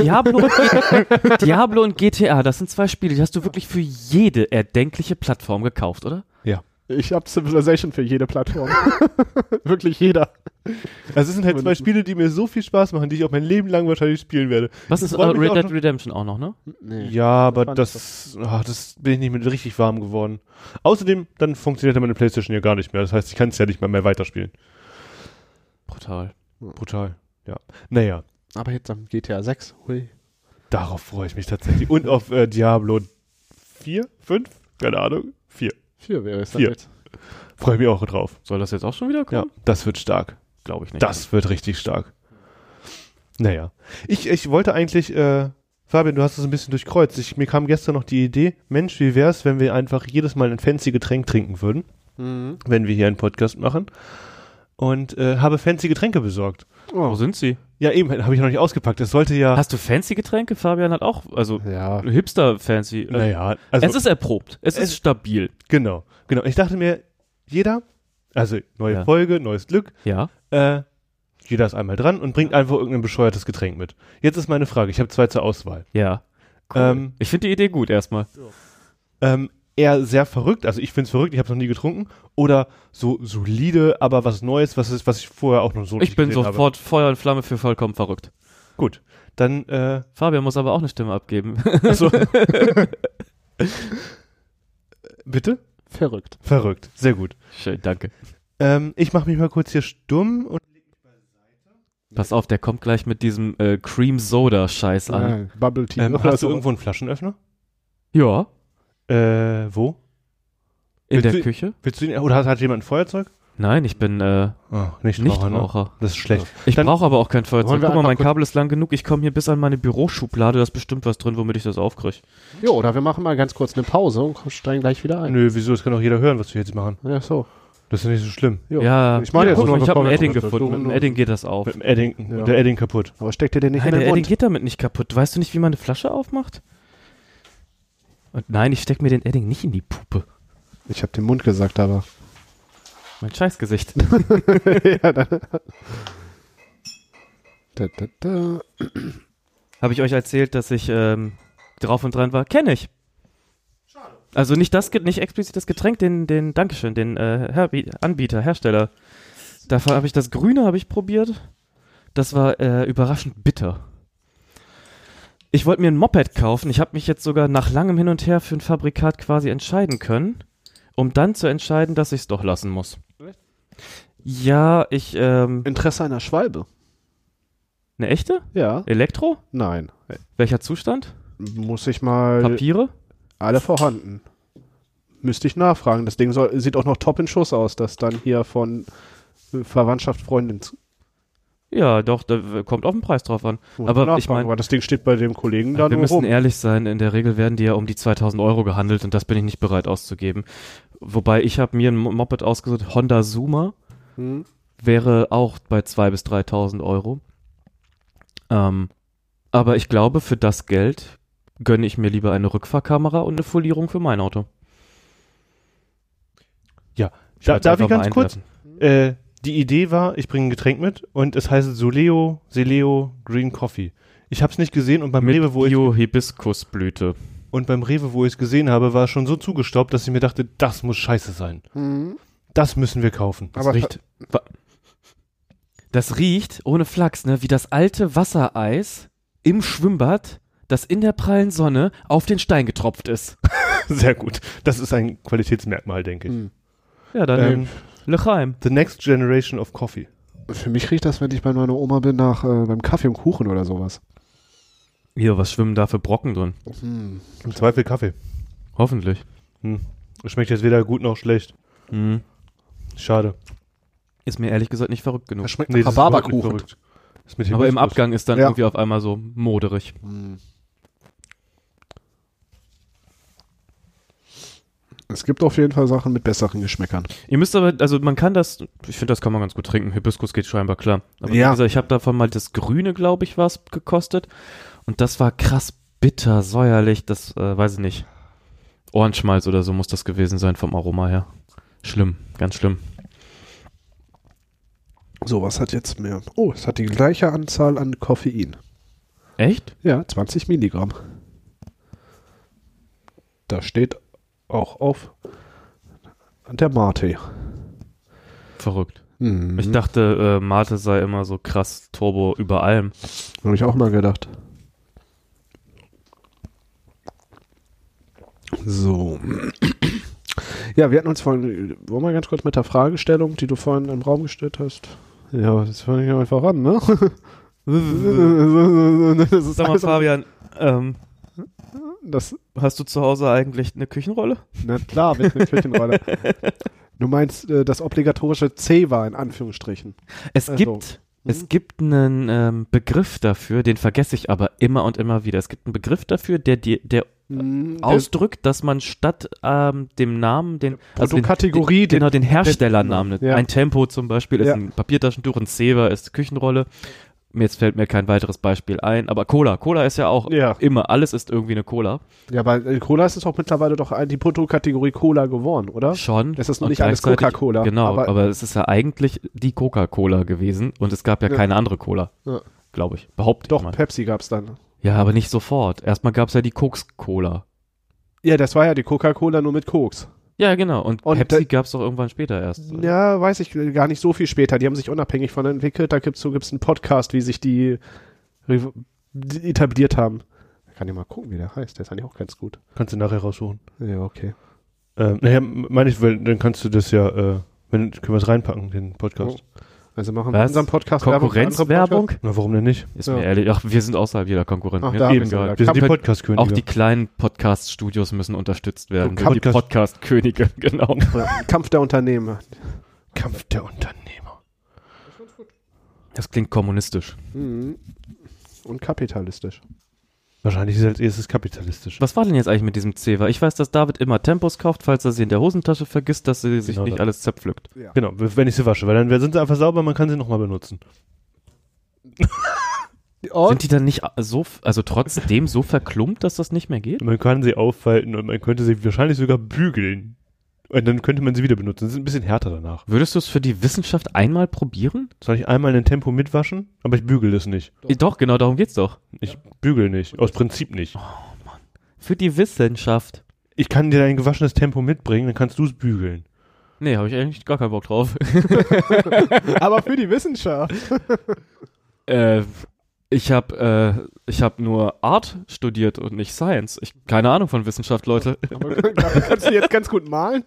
Diablo und GTA, das sind 2 Spiele, die hast du wirklich für jede erdenkliche Plattform gekauft, oder? Ja. Ich habe Civilization für jede Plattform. Wirklich jeder. Also es sind halt 2 Spiele, die mir so viel Spaß machen, die ich auch mein Leben lang wahrscheinlich spielen werde. Was ist freut mich Red auch Dead noch- Redemption auch noch, ne? Nee. Ja, aber das das bin ich nicht mit richtig warm geworden. Außerdem, dann funktioniert ja meine Playstation ja gar nicht mehr. Das heißt, ich kann es ja nicht mal mehr weiterspielen. Brutal. Brutal, ja. Naja, Aber jetzt am GTA 6. Hui. darauf freue ich mich tatsächlich. Und auf Diablo 4, 5? Keine Ahnung. 4. 4 wäre es dann 4. jetzt. Freue ich mich auch drauf. Soll das jetzt auch schon wieder Ja, kommen? das wird stark. Glaube ich nicht. Das wird richtig stark. Naja. Ich wollte eigentlich, Fabian, du hast es ein bisschen durchkreuzt. Mir kam gestern noch die Idee, Mensch, wie wär's, wenn wir einfach jedes Mal ein fancy Getränk trinken würden, wenn wir hier einen Podcast machen. und habe fancy Getränke besorgt. Oh. Wo sind sie? Ja, eben, habe ich noch nicht ausgepackt. Das sollte ja... Hast du fancy Getränke? Fabian hat auch, also Hipster-fancy. Naja, also... Es ist erprobt. Es ist stabil. Genau. Ich dachte mir, jeder, also neue Folge, neues Glück. Ja. Jeder ist einmal dran und bringt einfach irgendein bescheuertes Getränk mit. Jetzt ist meine Frage, ich habe 2 zur Auswahl. Ja. Cool. Ich finde die Idee gut erstmal. Eher sehr verrückt, also ich finde es verrückt, ich habe es noch nie getrunken, oder so solide, aber was Neues, was ich vorher auch noch so nicht gesehen habe. Ich bin sofort Feuer und Flamme für vollkommen verrückt. Gut, dann Fabian muss aber auch eine Stimme abgeben. Achso. Bitte? Verrückt, sehr gut. Schön, danke. Ich mache mich mal kurz hier stumm und leg mich beiseite. Pass auf, der kommt gleich mit diesem Cream-Soda-Scheiß an. Bubble Tea. Hast du irgendwo einen Flaschenöffner? Ja. Wo? In der Küche? Willst du ihn, oder hat jemand ein Feuerzeug? Nein, ich bin Nichtraucher. Ne? Das ist schlecht. Ich brauche aber auch kein Feuerzeug. Guck mal, mein Kabel ist lang genug. Ich komme hier bis an meine Büroschublade. Da ist bestimmt was drin, womit ich das aufkriege. Jo, oder wir machen mal ganz kurz eine Pause und steigen gleich wieder ein. Nö, wieso? Das kann doch jeder hören, was wir jetzt machen. Ja, so. Das ist ja nicht so schlimm. Jo. Ja, ich meine jetzt nur ich habe ein Edding gefunden. Mit dem Edding geht das auf. Mit dem Edding, der Edding kaputt. Aber steckt ihr den nicht in den der Mund? Edding geht damit nicht kaputt. Weißt du nicht, wie man eine Flasche aufmacht? Und nein, ich steck mir den Edding nicht in die Puppe. Ich habe den Mund gesagt, aber... Mein Scheißgesicht. Ja, Habe ich euch erzählt, dass ich drauf und dran war? Kenne ich. Schade. Also nicht explizit das Getränk, den Dankeschön, den Anbieter, Hersteller. Dafür habe ich das Grüne probiert. Das war überraschend bitter. Ich wollte mir ein Moped kaufen. Ich habe mich jetzt sogar nach langem Hin und Her für ein Fabrikat quasi entscheiden können, um dann zu entscheiden, dass ich es doch lassen muss. Echt? Ja, Interesse einer Schwalbe. Eine echte? Ja. Elektro? Nein. Welcher Zustand? Muss ich mal... Papiere? Alle vorhanden. Müsste ich nachfragen. Das Ding sieht auch noch top in Schuss aus, das dann hier von Verwandtschaft, Freundin... Ja, doch, da kommt auf den Preis drauf an. Aber ich meine, das Ding steht bei dem Kollegen da nur wir müssen rum. ehrlich sein, in der Regel werden die ja um die 2.000 Euro gehandelt und das bin ich nicht bereit auszugeben. Wobei ich habe mir ein Moped ausgesucht, Honda Zuma, wäre auch bei 2.000 bis 3.000 Euro. Aber ich glaube, für das Geld gönne ich mir lieber eine Rückfahrkamera und eine Folierung für mein Auto. Ja, darf ich ganz kurz? Die Idee war, ich bringe ein Getränk mit und es heißt Seleo Green Coffee. Ich habe es nicht gesehen und beim Rewe, wo Bio-Hibiskusblüte. Und beim Rewe, wo ich es gesehen habe, war es schon so zugestaubt, dass ich mir dachte, das muss scheiße sein. Mhm. Das müssen wir kaufen. Das riecht, ohne Flachs, ne, wie das alte Wassereis im Schwimmbad, das in der prallen Sonne auf den Stein getropft ist. Sehr gut. Das ist ein Qualitätsmerkmal, denke ich. Ja, dann L'chaim. The next generation of coffee. Für mich riecht das, wenn ich bei meiner Oma bin, nach beim Kaffee und Kuchen oder sowas. Hier, was schwimmen da für Brocken drin? Im Zweifel Kaffee. Hoffentlich. Schmeckt jetzt weder gut noch schlecht. Schade. Ist mir ehrlich gesagt nicht verrückt genug. Das schmeckt nach Rhabarberkuchen. Aber im Abgang ist dann irgendwie auf einmal so moderig. Es gibt auf jeden Fall Sachen mit besseren Geschmäckern. Ihr müsst aber, also man kann das, ich finde, das kann man ganz gut trinken. Hibiskus geht scheinbar klar. Aber wie gesagt, ich habe davon mal das Grüne, glaube ich, was gekostet. Und das war krass bitter, säuerlich, das weiß ich nicht. Ohrenschmalz oder so muss das gewesen sein vom Aroma her. Schlimm, ganz schlimm. So, was hat jetzt mehr? Oh, es hat die gleiche Anzahl an Koffein. Echt? Ja, 20 Milligramm. Da steht auch auf der Mate. Verrückt. Ich dachte, Mate sei immer so krass Turbo über allem. Habe ich auch mal gedacht. So. Ja, wir hatten uns vorhin, wollen wir ganz kurz mit der Fragestellung, die du vorhin im Raum gestellt hast. Ja, das fange ich einfach an, ne? Sag mal, Fabian, das hast du zu Hause eigentlich eine Küchenrolle? Na klar, mit einer Küchenrolle. Du meinst das obligatorische C-War in Anführungsstrichen. Es gibt einen Begriff dafür, den vergesse ich aber immer und immer wieder. Es gibt einen Begriff dafür, der ausdrückt, dass man statt dem Namen den Produktkategorie, den Herstellernamen, ja. ein Tempo zum Beispiel ist ein Papiertaschentuch, ein Zewa ist Küchenrolle. Jetzt fällt mir kein weiteres Beispiel ein, aber Cola ist ja auch immer, alles ist irgendwie eine Cola. Ja, aber Cola ist es auch mittlerweile doch die Produktkategorie Cola geworden, oder? Schon. Das ist noch nicht alles Coca-Cola. Genau, aber es ist ja eigentlich die Coca-Cola gewesen und es gab ja keine andere Cola, glaube ich. Behaupte ich mal. Doch, Pepsi gab es dann. Ja, aber nicht sofort. Erstmal gab es ja die Koks-Cola. Ja, das war ja die Coca-Cola nur mit Koks. Ja, genau. Und Pepsi gab es doch irgendwann später erst. Oder? Ja, weiß ich gar nicht so viel später. Die haben sich unabhängig von entwickelt. Da gibt's einen Podcast, wie sich die etabliert haben. Kann ich mal gucken, wie der heißt. Der ist eigentlich auch ganz gut. Kannst du nachher raussuchen. Ja, okay. Naja, meine ich, weil dann kannst du das ja, können wir es reinpacken, den Podcast. Oh. Also machen wir unseren Podcast Konkurrenzwerbung? Na, warum denn nicht? Ist mir ehrlich, wir sind außerhalb jeder Konkurrenz. Ach, Wir sind die Podcast-Könige. Auch die kleinen Podcast-Studios müssen unterstützt werden. So Die Podcast-Könige, genau. Kampf der Unternehmer. Kampf der Unternehmer. Das klingt kommunistisch. Mhm. Und kapitalistisch. Wahrscheinlich ist es als erstes kapitalistisch. Was war denn jetzt eigentlich mit diesem Zewa? Ich weiß, dass David immer Tempos kauft, falls er sie in der Hosentasche vergisst, dass sie sich nicht alles zerpflückt. Ja. Genau, wenn ich sie wasche, weil dann sind sie einfach sauber, man kann sie nochmal benutzen. Sind die dann nicht also trotzdem so verklumpt, dass das nicht mehr geht? Man kann sie aufhalten und man könnte sie wahrscheinlich sogar bügeln. Und dann könnte man sie wieder benutzen. Sie sind ein bisschen härter danach. Würdest du es für die Wissenschaft einmal probieren? Soll ich einmal ein Tempo mitwaschen? Aber ich bügel es nicht. Doch, genau, darum geht's doch. Ich bügel nicht. Aus Prinzip nicht. Oh Mann. Für die Wissenschaft. Ich kann dir ein gewaschenes Tempo mitbringen, dann kannst du es bügeln. Nee, habe ich eigentlich gar keinen Bock drauf. Aber für die Wissenschaft. Ich hab nur Art studiert und nicht Science. Keine Ahnung von Wissenschaft, Leute. Aber kannst du jetzt ganz gut malen?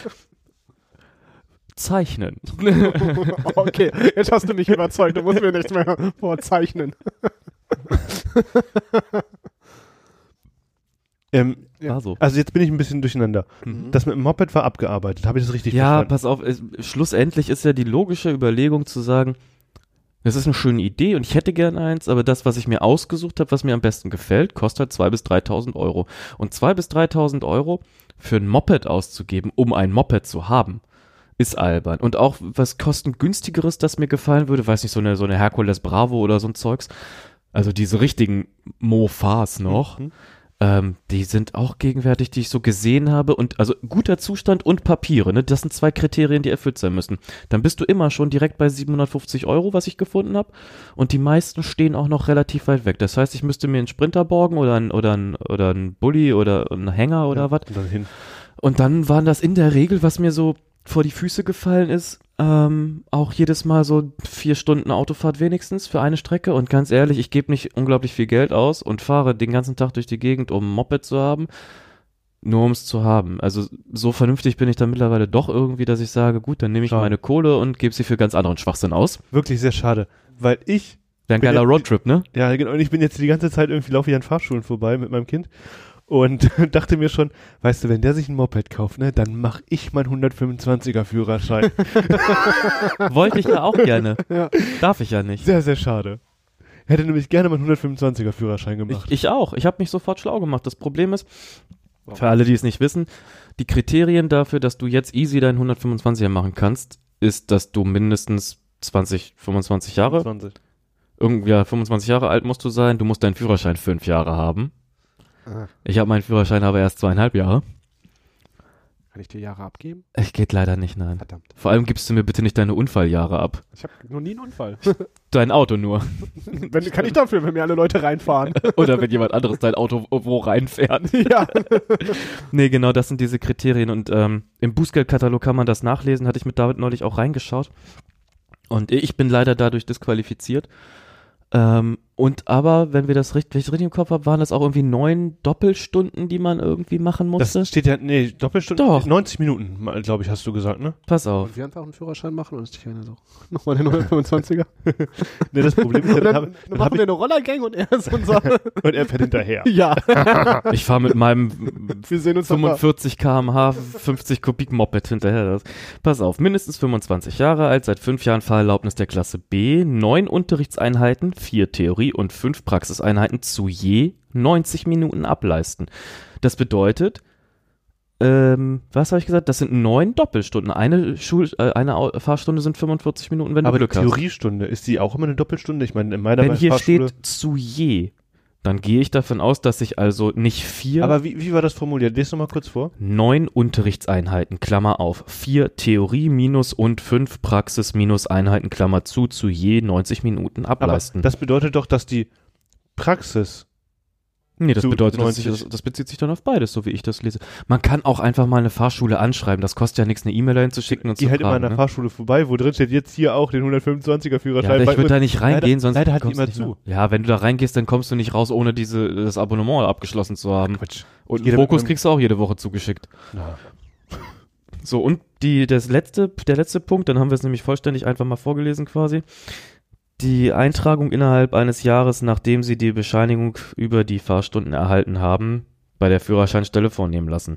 Zeichnen. Okay, jetzt hast du mich überzeugt. Du musst mir nichts mehr vorzeichnen. So. Also jetzt bin ich ein bisschen durcheinander. Das mit dem Moped war abgearbeitet. Habe ich das richtig verstanden? Ja, pass auf. Schlussendlich ist ja die logische Überlegung zu sagen, das ist eine schöne Idee und ich hätte gern eins, aber das, was ich mir ausgesucht habe, was mir am besten gefällt, kostet 2.000 bis 3.000 Euro. Und 2.000 bis 3.000 Euro für ein Moped auszugeben, um ein Moped zu haben, ist albern. Und auch was kostengünstigeres, das mir gefallen würde, weiß nicht, so eine Hercules Bravo oder so ein Zeugs, also diese richtigen Mofas noch, die sind auch gegenwärtig, die ich so gesehen habe und also guter Zustand und Papiere, ne? Das sind 2 Kriterien, die erfüllt sein müssen. Dann bist du immer schon direkt bei 750 Euro, was ich gefunden habe und die meisten stehen auch noch relativ weit weg. Das heißt, ich müsste mir einen Sprinter borgen oder einen Bulli oder einen Hänger oder was. Und dann waren das in der Regel, was mir so vor die Füße gefallen ist, auch jedes Mal so 4 Stunden Autofahrt wenigstens für eine Strecke und ganz ehrlich, ich gebe nicht unglaublich viel Geld aus und fahre den ganzen Tag durch die Gegend, um ein Moped zu haben, nur um es zu haben. Also so vernünftig bin ich dann mittlerweile doch irgendwie, dass ich sage, gut, dann nehme ich meine Kohle und gebe sie für ganz anderen Schwachsinn aus. Wirklich sehr schade, weil wäre ein geiler Roadtrip, ne? Ja, genau, und ich bin jetzt die ganze Zeit irgendwie, laufe ich an Fahrschulen vorbei mit meinem Kind und dachte mir schon, weißt du, wenn der sich ein Moped kauft, ne, dann mach ich meinen 125er Führerschein. Wollte ich ja auch gerne. Ja. Darf ich ja nicht. Sehr, sehr schade. Hätte nämlich gerne meinen 125er Führerschein gemacht. Ich auch. Ich habe mich sofort schlau gemacht. Das Problem ist, für alle, die es nicht wissen, die Kriterien dafür, dass du jetzt easy deinen 125er machen kannst, ist, dass du mindestens 25 Jahre, 25 Jahre alt musst du sein. Du musst deinen Führerschein 5 Jahre haben. Ich habe meinen Führerschein aber erst 2,5 Jahre. Kann ich dir Jahre abgeben? Geht leider nicht, nein. Verdammt. Vor allem gibst du mir bitte nicht deine Unfalljahre ab. Ich habe noch nie einen Unfall. Dein Auto nur. Kann ich dafür, wenn mir alle Leute reinfahren. Oder wenn jemand anderes dein Auto wo reinfährt. Ja. Nee, genau, das sind diese Kriterien. Und im Bußgeldkatalog kann man das nachlesen. Hatte ich mit David neulich auch reingeschaut. Und ich bin leider dadurch disqualifiziert. Aber, wenn ich das richtig im Kopf habe, waren das auch irgendwie 9 Doppelstunden, die man irgendwie machen musste. Das steht ja, nee, Doppelstunden, Doch. 90 Minuten, glaube ich, hast du gesagt, ne? Pass auf. Und wir einfach einen Führerschein machen und ist nicht einer so. Nochmal den 125er. Nee, das Problem ist, dann machen wir eine Rollergang und er ist unser. Und er fährt hinterher. Ja. Ich fahre mit meinem wir sehen uns 45 km/h, 50 Kubik Moped hinterher. Pass auf, mindestens 25 Jahre alt, seit 5 Jahren Fahrerlaubnis der Klasse B, 9 Unterrichtseinheiten, 4 Theorie- Theorie und 5 Praxiseinheiten zu je 90 Minuten ableisten. Das bedeutet, was habe ich gesagt? Das sind 9 Doppelstunden. Eine Fahrstunde sind 45 Minuten, wenn du Glück hast. Aber die Theriestunde, ist die auch immer eine Doppelstunde? Ich meine, in meiner Wenn hier Fahrschule steht zu je, dann gehe ich davon aus, dass ich also nicht 4... Aber wie war das formuliert? Lies nochmal kurz vor. 9 Unterrichtseinheiten, Klammer auf, 4 Theorie minus und 5 Praxis minus Einheiten, Klammer zu je 90 Minuten ableisten. Aber das bedeutet doch, dass die Praxis... Nee, das bedeutet, das bezieht sich dann auf beides, so wie ich das lese. Man kann auch einfach mal eine Fahrschule anschreiben, das kostet ja nichts, eine E-Mail dahin zu schicken und zu fragen. Die halt immer an der Fahrschule vorbei, wo drin steht, jetzt hier auch den 125er Führerschein. Ja, ich würde da nicht reingehen, sonst leider hat die immer zu. Ja, wenn du da reingehst, dann kommst du nicht raus, ohne das Abonnement abgeschlossen zu haben. Quatsch. Und einen Fokus kriegst du auch jede Woche zugeschickt. Na. So, und der letzte Punkt, dann haben wir es nämlich vollständig einfach mal vorgelesen quasi. Die Eintragung innerhalb eines Jahres, nachdem sie die Bescheinigung über die Fahrstunden erhalten haben, bei der Führerscheinstelle vornehmen lassen.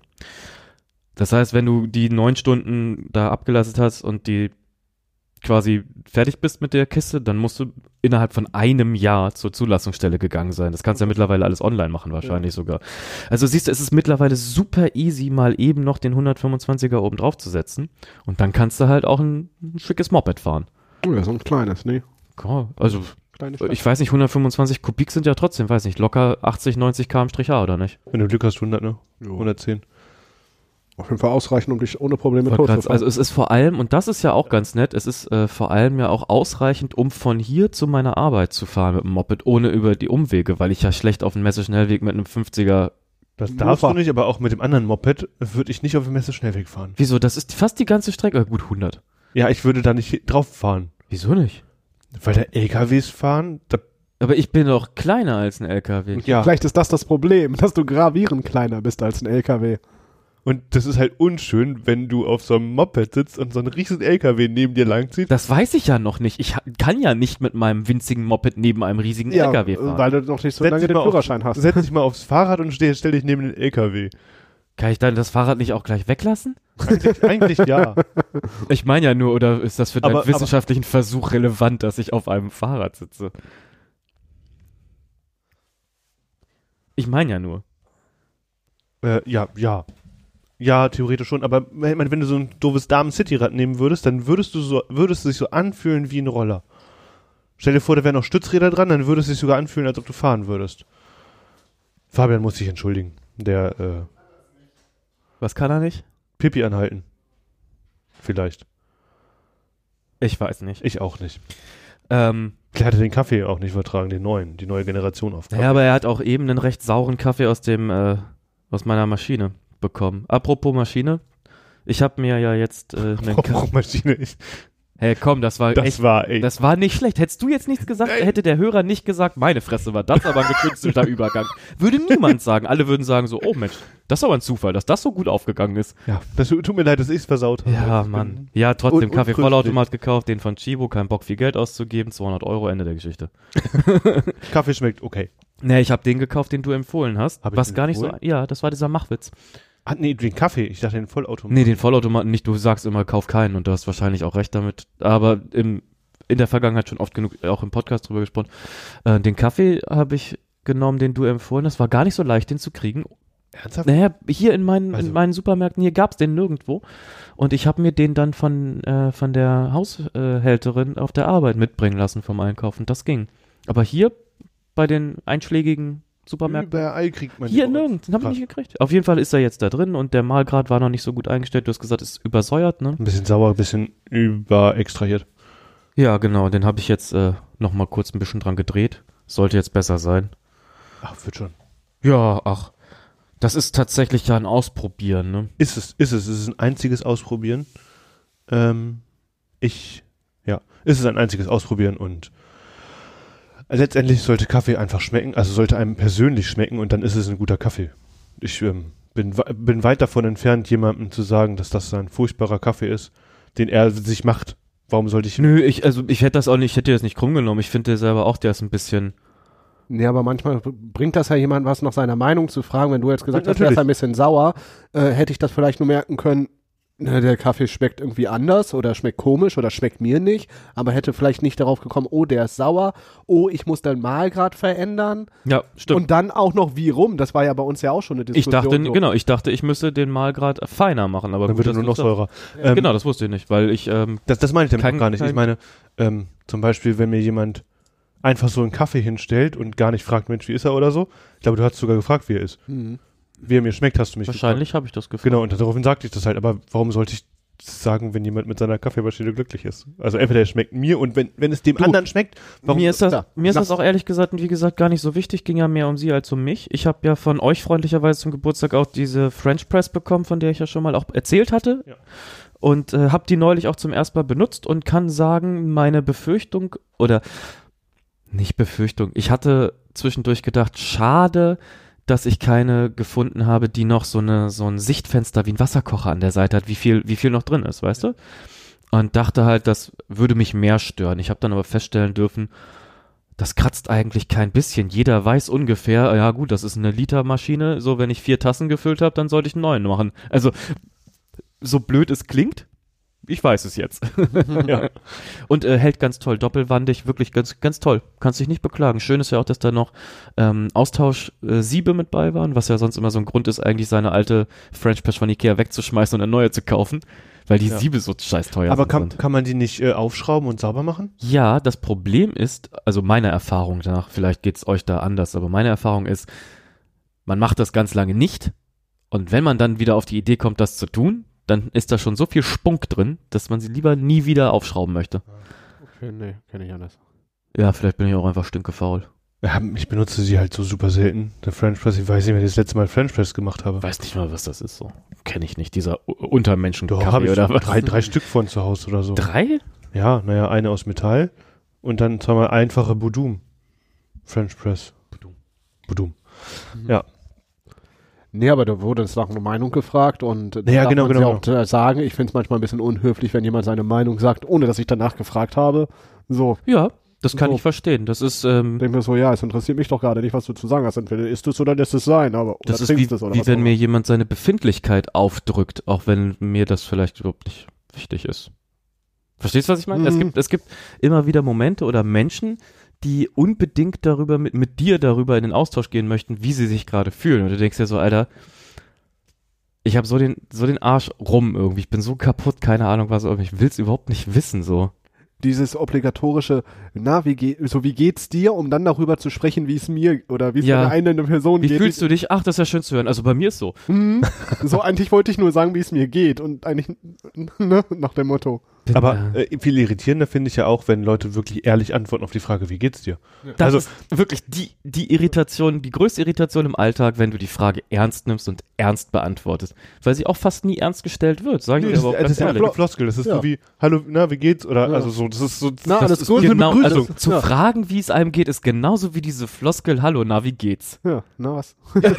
Das heißt, wenn du die 9 Stunden da abgelastet hast und die quasi fertig bist mit der Kiste, dann musst du innerhalb von einem Jahr zur Zulassungsstelle gegangen sein. Das kannst du ja mittlerweile alles online machen, wahrscheinlich sogar. Also siehst du, es ist mittlerweile super easy, mal eben noch den 125er oben drauf zu setzen und dann kannst du halt auch ein schickes Moped fahren. Oh ja, so ein kleines, ne? Oh, also ich weiß nicht, 125 Kubik sind ja trotzdem, weiß nicht, locker 80, 90 km/h oder nicht? Wenn du Glück hast, 100, ne? Jo. 110. Auf jeden Fall ausreichend, um dich ohne Probleme totzufahren. Also es ist vor allem, und das ist ja auch ganz nett, es ist vor allem ja auch ausreichend, um von hier zu meiner Arbeit zu fahren mit dem Moped, ohne über die Umwege, weil ich ja schlecht auf dem Messeschnellweg mit einem 50er... Das darfst du nicht, aber auch mit dem anderen Moped würde ich nicht auf dem Messeschnellweg fahren. Wieso? Das ist fast die ganze Strecke, gut 100. Ja, ich würde da nicht drauf fahren. Wieso nicht? Weil da LKWs fahren, aber ich bin doch kleiner als ein LKW. Ja. Vielleicht ist das Problem, dass du gravierend kleiner bist als ein LKW. Und das ist halt unschön, wenn du auf so einem Moped sitzt und so ein riesen LKW neben dir langzieht. Das weiß ich ja noch nicht. Ich kann ja nicht mit meinem winzigen Moped neben einem riesigen LKW fahren. Weil du noch nicht so lange den Führerschein hast. Setz dich mal aufs Fahrrad und stell dich neben den LKW. Kann ich dann das Fahrrad nicht auch gleich weglassen? Eigentlich ja. Ich meine ja nur, oder ist das für deinen wissenschaftlichen Versuch relevant, dass ich auf einem Fahrrad sitze? Ich meine ja nur. Ja, theoretisch schon, aber ich meine, wenn du so ein doofes Damen-City-Rad nehmen würdest, dann würdest du dich so anfühlen wie ein Roller. Stell dir vor, da wären noch Stützräder dran, dann würdest du dich sogar anfühlen, als ob du fahren würdest. Fabian muss sich entschuldigen. Was kann er nicht? Pipi anhalten. Vielleicht. Ich weiß nicht. Ich auch nicht. Der hatte den Kaffee auch nicht vertragen, die neue Generation auf Kaffee. Ja, aber er hat auch eben einen recht sauren Kaffee aus meiner Maschine bekommen. Apropos Maschine, ich habe mir ja jetzt Maschine. Hey, komm, das war nicht schlecht. Hättest du jetzt nichts gesagt, hätte der Hörer nicht gesagt, meine Fresse, war das aber ein gekünstelter Übergang. Würde niemand sagen. Alle würden sagen so, oh Mensch, das ist aber ein Zufall, dass das so gut aufgegangen ist. Ja, das tut mir leid, dass ich es versaut habe. Ja, Mann. Ja, trotzdem Kaffee-Vollautomat gekauft, den von Chibo, kein Bock viel Geld auszugeben, 200 €, Ende der Geschichte. Kaffee schmeckt okay. Nee, ich habe den gekauft, den du empfohlen hast. Hab ich was gar nicht empfohlen? so, ja, das war dieser Machwitz. Nee, den Kaffee. Ich dachte den Vollautomaten. Nee, den Vollautomaten nicht. Du sagst immer, kauf keinen und du hast wahrscheinlich auch recht damit. Aber in der Vergangenheit schon oft genug auch im Podcast drüber gesprochen. Den Kaffee habe ich genommen, den du empfohlen hast. War gar nicht so leicht, den zu kriegen. Ernsthaft? Naja, hier in meinen Supermärkten, hier gab es den nirgendwo. Und ich habe mir den dann von der Haushälterin auf der Arbeit mitbringen lassen vom Einkaufen. Das ging. Aber hier bei den einschlägigen Supermärkten. Überall kriegt man hier nirgends, den habe ich nicht gekriegt. Auf jeden Fall ist er jetzt da drin und der Mahlgrad war noch nicht so gut eingestellt. Du hast gesagt, es ist übersäuert, ne? Ein bisschen sauer, ein bisschen überextrahiert. Ja, genau, den habe ich jetzt noch mal kurz ein bisschen dran gedreht. Sollte jetzt besser sein. Ach, wird schon. Ja, das ist tatsächlich ja ein Ausprobieren, ne? Ist es. Es ist ein einziges Ausprobieren. Es ist ein einziges Ausprobieren und letztendlich sollte Kaffee einfach schmecken, also sollte einem persönlich schmecken und dann ist es ein guter Kaffee. Ich bin weit davon entfernt, jemandem zu sagen, dass das ein furchtbarer Kaffee ist, den er sich macht. Warum sollte ich... Nö, ich hätte das auch nicht, ich hätte das nicht krumm genommen. Ich finde der selber auch, der ist ein bisschen... Ja, aber manchmal bringt das ja jemand was, nach seiner Meinung zu fragen. Wenn du jetzt gesagt hast, der ist ein bisschen sauer, hätte ich das vielleicht nur merken können, Der Kaffee schmeckt irgendwie anders oder schmeckt komisch oder schmeckt mir nicht, aber hätte vielleicht nicht darauf gekommen, oh, der ist sauer, oh, ich muss den Mahlgrad verändern. Ja, stimmt. Und dann auch noch wie rum, das war ja bei uns ja auch schon eine Diskussion. Ich dachte, ich müsste den Mahlgrad feiner machen, aber dann gut, wird er nur noch säurer. Genau, das wusste ich nicht, weil ich das meine ich damit auch gar nicht. Ich meine, zum Beispiel, wenn mir jemand einfach so einen Kaffee hinstellt und gar nicht fragt, Mensch, wie ist er oder so. Ich glaube, du hast sogar gefragt, wie er ist. Mhm. Wie er mir schmeckt, hast du mich wahrscheinlich habe ich das gefragt. Genau, und daraufhin sagte ich das halt. Aber warum sollte ich sagen, wenn jemand mit seiner Kaffeemaschine glücklich ist? Also entweder er schmeckt mir und wenn es dem anderen schmeckt, warum? Mir ist das auch ehrlich gesagt, wie gesagt, gar nicht so wichtig. Ging ja mehr um sie als um mich. Ich habe ja von euch freundlicherweise zum Geburtstag auch diese French Press bekommen, von der ich ja schon mal auch erzählt hatte. Ja. Und habe die neulich auch zum ersten Mal benutzt und kann sagen, meine Befürchtung oder nicht Befürchtung, ich hatte zwischendurch gedacht, schade, dass ich keine gefunden habe, die noch so ein Sichtfenster wie ein Wasserkocher an der Seite hat, wie viel noch drin ist, weißt du? Und dachte halt, das würde mich mehr stören. Ich habe dann aber feststellen dürfen, das kratzt eigentlich kein bisschen. Jeder weiß ungefähr, ja gut, das ist eine Litermaschine, so wenn ich 4 Tassen gefüllt habe, dann sollte ich einen neuen machen. Also, so blöd es klingt, ich weiß es jetzt. Ja. Und hält ganz toll, doppelwandig, wirklich ganz, ganz toll. Kannst dich nicht beklagen. Schön ist ja auch, dass da noch Austausch-Siebe mit bei waren, was ja sonst immer so ein Grund ist, eigentlich seine alte French Press von Ikea wegzuschmeißen und eine neue zu kaufen, weil die Siebe so scheiß teuer sind. Aber kann man die nicht aufschrauben und sauber machen? Ja, das Problem ist, also meiner Erfahrung nach, vielleicht geht's euch da anders, aber meine Erfahrung ist, man macht das ganz lange nicht und wenn man dann wieder auf die Idee kommt, das zu tun, dann ist da schon so viel Spunk drin, dass man sie lieber nie wieder aufschrauben möchte. Okay, nee, kenne ich anders. Ja, vielleicht bin ich auch einfach stinkefaul. Ja, ich benutze sie halt so super selten. Der French Press, ich weiß nicht, wenn ich das letzte Mal French Press gemacht habe. Weiß nicht mal, was das ist so. Kenne ich nicht, dieser Untermenschen-Kaffee habe ich oder was? Drei Stück von zu Hause oder so. 3? Ja, naja, eine aus Metall und dann zweimal einfache Budum. French Press. Budum. Mhm. Ja. Nee, aber da wurde es nach einer Meinung gefragt und ja, genau. auch sagen, ich finde es manchmal ein bisschen unhöflich, wenn jemand seine Meinung sagt, ohne dass ich danach gefragt habe. So. Ja, das kann ich verstehen. Das ist, denke mir so, ja, es interessiert mich doch gerade nicht, was du zu sagen hast. Entweder ist es oder lässt es sein, aber das ist wie wenn mir jemand seine Befindlichkeit aufdrückt, auch wenn mir das vielleicht überhaupt nicht wichtig ist. Verstehst du, was ich meine? Es gibt immer wieder Momente oder Menschen, die unbedingt darüber mit dir darüber in den Austausch gehen möchten, wie sie sich gerade fühlen. Und du denkst dir so, Alter, ich habe so den Arsch rum irgendwie. Ich bin so kaputt, keine Ahnung was, aber ich will es überhaupt nicht wissen, so. Dieses obligatorische, wie geht's dir, um dann darüber zu sprechen, wie es mir oder wie es einer einzelnen Person geht. Wie fühlst du dich? Ach, das ist ja schön zu hören. Also bei mir ist so. So, eigentlich wollte ich nur sagen, wie es mir geht und eigentlich, ne, nach dem Motto. Aber viel irritierender finde ich ja auch, wenn Leute wirklich ehrlich antworten auf die Frage, wie geht's dir? Ja. Das ist wirklich die Irritation, die größte Irritation im Alltag, wenn du die Frage ernst nimmst und ernst beantwortest. Weil sie auch fast nie ernst gestellt wird, sage ich dir aber auch ganz ehrlich. Das ist eine Floskel, das ist so wie, hallo, na, wie geht's? Oder also so, das ist so, na, das alles ist gut, genau, also zu fragen, wie es einem geht, ist genauso wie diese Floskel, hallo, na, wie geht's? Ja, na was?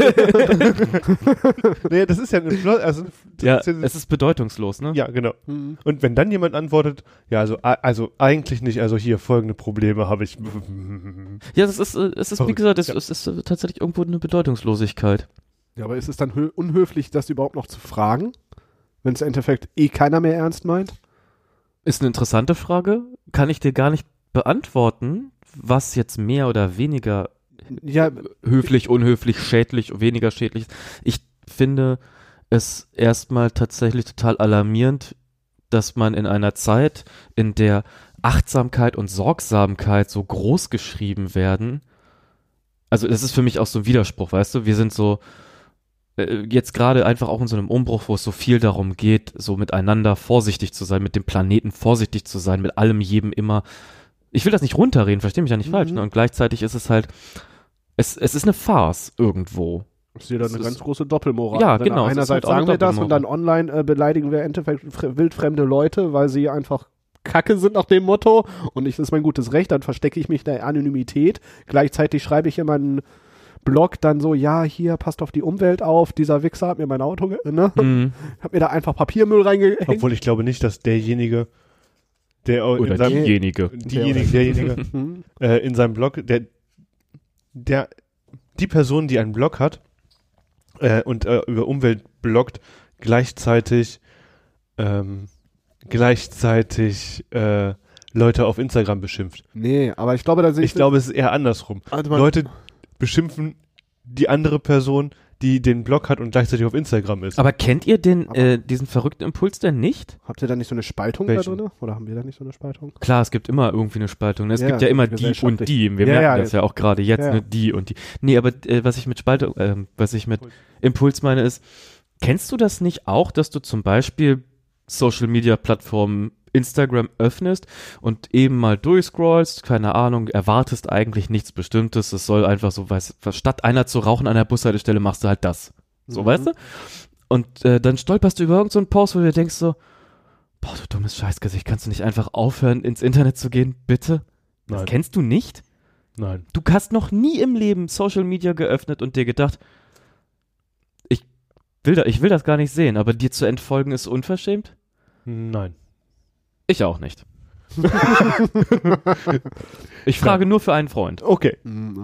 Nee, das ist ja eine Floskel, es ist bedeutungslos, ne? Ja, genau. Und wenn dann jemand antwortet, ja, also eigentlich nicht, also hier folgende Probleme habe ich. Ja, es ist wie gesagt, es ist tatsächlich irgendwo eine Bedeutungslosigkeit. Ja, aber ist es dann unhöflich, das überhaupt noch zu fragen, wenn es im Endeffekt keiner mehr ernst meint? Ist eine interessante Frage. Kann ich dir gar nicht beantworten, was jetzt mehr oder weniger höflich, unhöflich, schädlich, weniger schädlich ist. Ich finde es erstmal tatsächlich total alarmierend, dass man in einer Zeit, in der Achtsamkeit und Sorgsamkeit so groß geschrieben werden, also das ist für mich auch so ein Widerspruch, weißt du, wir sind so jetzt gerade einfach auch in so einem Umbruch, wo es so viel darum geht, so miteinander vorsichtig zu sein, mit dem Planeten vorsichtig zu sein, mit allem, jedem immer. Ich will das nicht runterreden, versteh mich ja nicht falsch, ne? Und gleichzeitig ist es halt, es ist eine Farce irgendwo. Das ist ja dann eine ganz große Doppelmoral. Ja, genau. Einerseits sagen wir das und dann online beleidigen wir im Endeffekt wildfremde Leute, weil sie einfach Kacke sind nach dem Motto und das ist mein gutes Recht, dann verstecke ich mich in der Anonymität. Gleichzeitig schreibe ich in meinen Blog dann so, ja, hier, passt auf die Umwelt auf, dieser Wichser hat mir mein Auto, hat mir da einfach Papiermüll reingehängt. Obwohl ich glaube nicht, dass derjenige, derjenige in seinem Blog, die Person, die einen Blog hat und über Umwelt bloggt, gleichzeitig gleichzeitig Leute auf Instagram beschimpft. Nee, aber ich glaube, ich glaube, es ist eher andersrum. Also Leute beschimpfen die andere Person, die den Blog hat und gleichzeitig auf Instagram ist. Aber kennt ihr diesen verrückten Impuls denn nicht? Habt ihr da nicht so eine Spaltung da drin? Oder haben wir da nicht so eine Spaltung? Klar, es gibt immer irgendwie eine Spaltung. Es gibt ja immer die und die. Wir merken das ja auch gerade jetzt, ne? Die und die. Nee, aber was ich mit Spaltung, was ich mit Impuls meine ist, kennst du das nicht auch, dass du zum Beispiel Social-Media-Plattformen Instagram öffnest und eben mal durchscrollst, keine Ahnung, erwartest eigentlich nichts Bestimmtes, es soll einfach so, statt einer zu rauchen an der Bushaltestelle machst du halt das. So, weißt du? Und dann stolperst du über irgend so einen Post, wo du dir denkst so, boah, du dummes Scheißgesicht, kannst du nicht einfach aufhören, ins Internet zu gehen, bitte? Das Nein. kennst du nicht? Nein. Du hast noch nie im Leben Social Media geöffnet und dir gedacht, ich will das gar nicht sehen, aber dir zu entfolgen ist unverschämt? Nein. Ich auch nicht. Ich frage nur für einen Freund. Okay.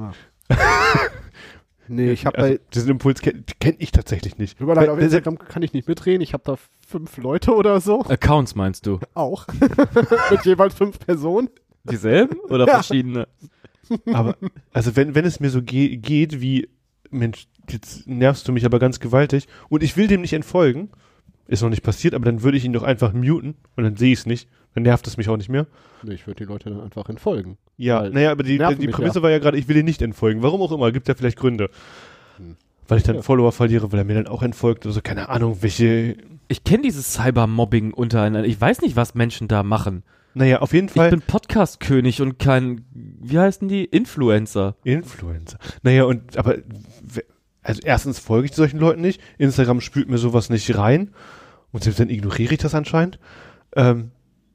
Nee, ich habe diesen Impuls kenn ich tatsächlich nicht. Auf Instagram kann ich nicht mitreden. Ich habe da 5 Leute oder so. Accounts meinst du? Auch. Mit jeweils 5 Personen. Dieselben oder verschiedene? Aber, also wenn es mir so geht wie, Mensch, jetzt nervst du mich aber ganz gewaltig und ich will dem nicht entfolgen, ist noch nicht passiert, aber dann würde ich ihn doch einfach muten und dann sehe ich es nicht. Dann nervt es mich auch nicht mehr. Nee, ich würde die Leute dann einfach entfolgen. Ja, naja, aber die Prämisse war ja gerade, ich will ihn nicht entfolgen. Warum auch immer, gibt ja vielleicht Gründe. Weil ich dann Follower verliere, weil er mir dann auch entfolgt oder so, keine Ahnung, welche... Ich kenne dieses Cybermobbing untereinander. Ich weiß nicht, was Menschen da machen. Naja, auf jeden Fall... Ich bin Podcast-König und kein, wie heißen die? Influencer. Naja, aber also erstens folge ich solchen Leuten nicht. Instagram spült mir sowas nicht rein. Und selbst dann ignoriere ich das anscheinend. Ein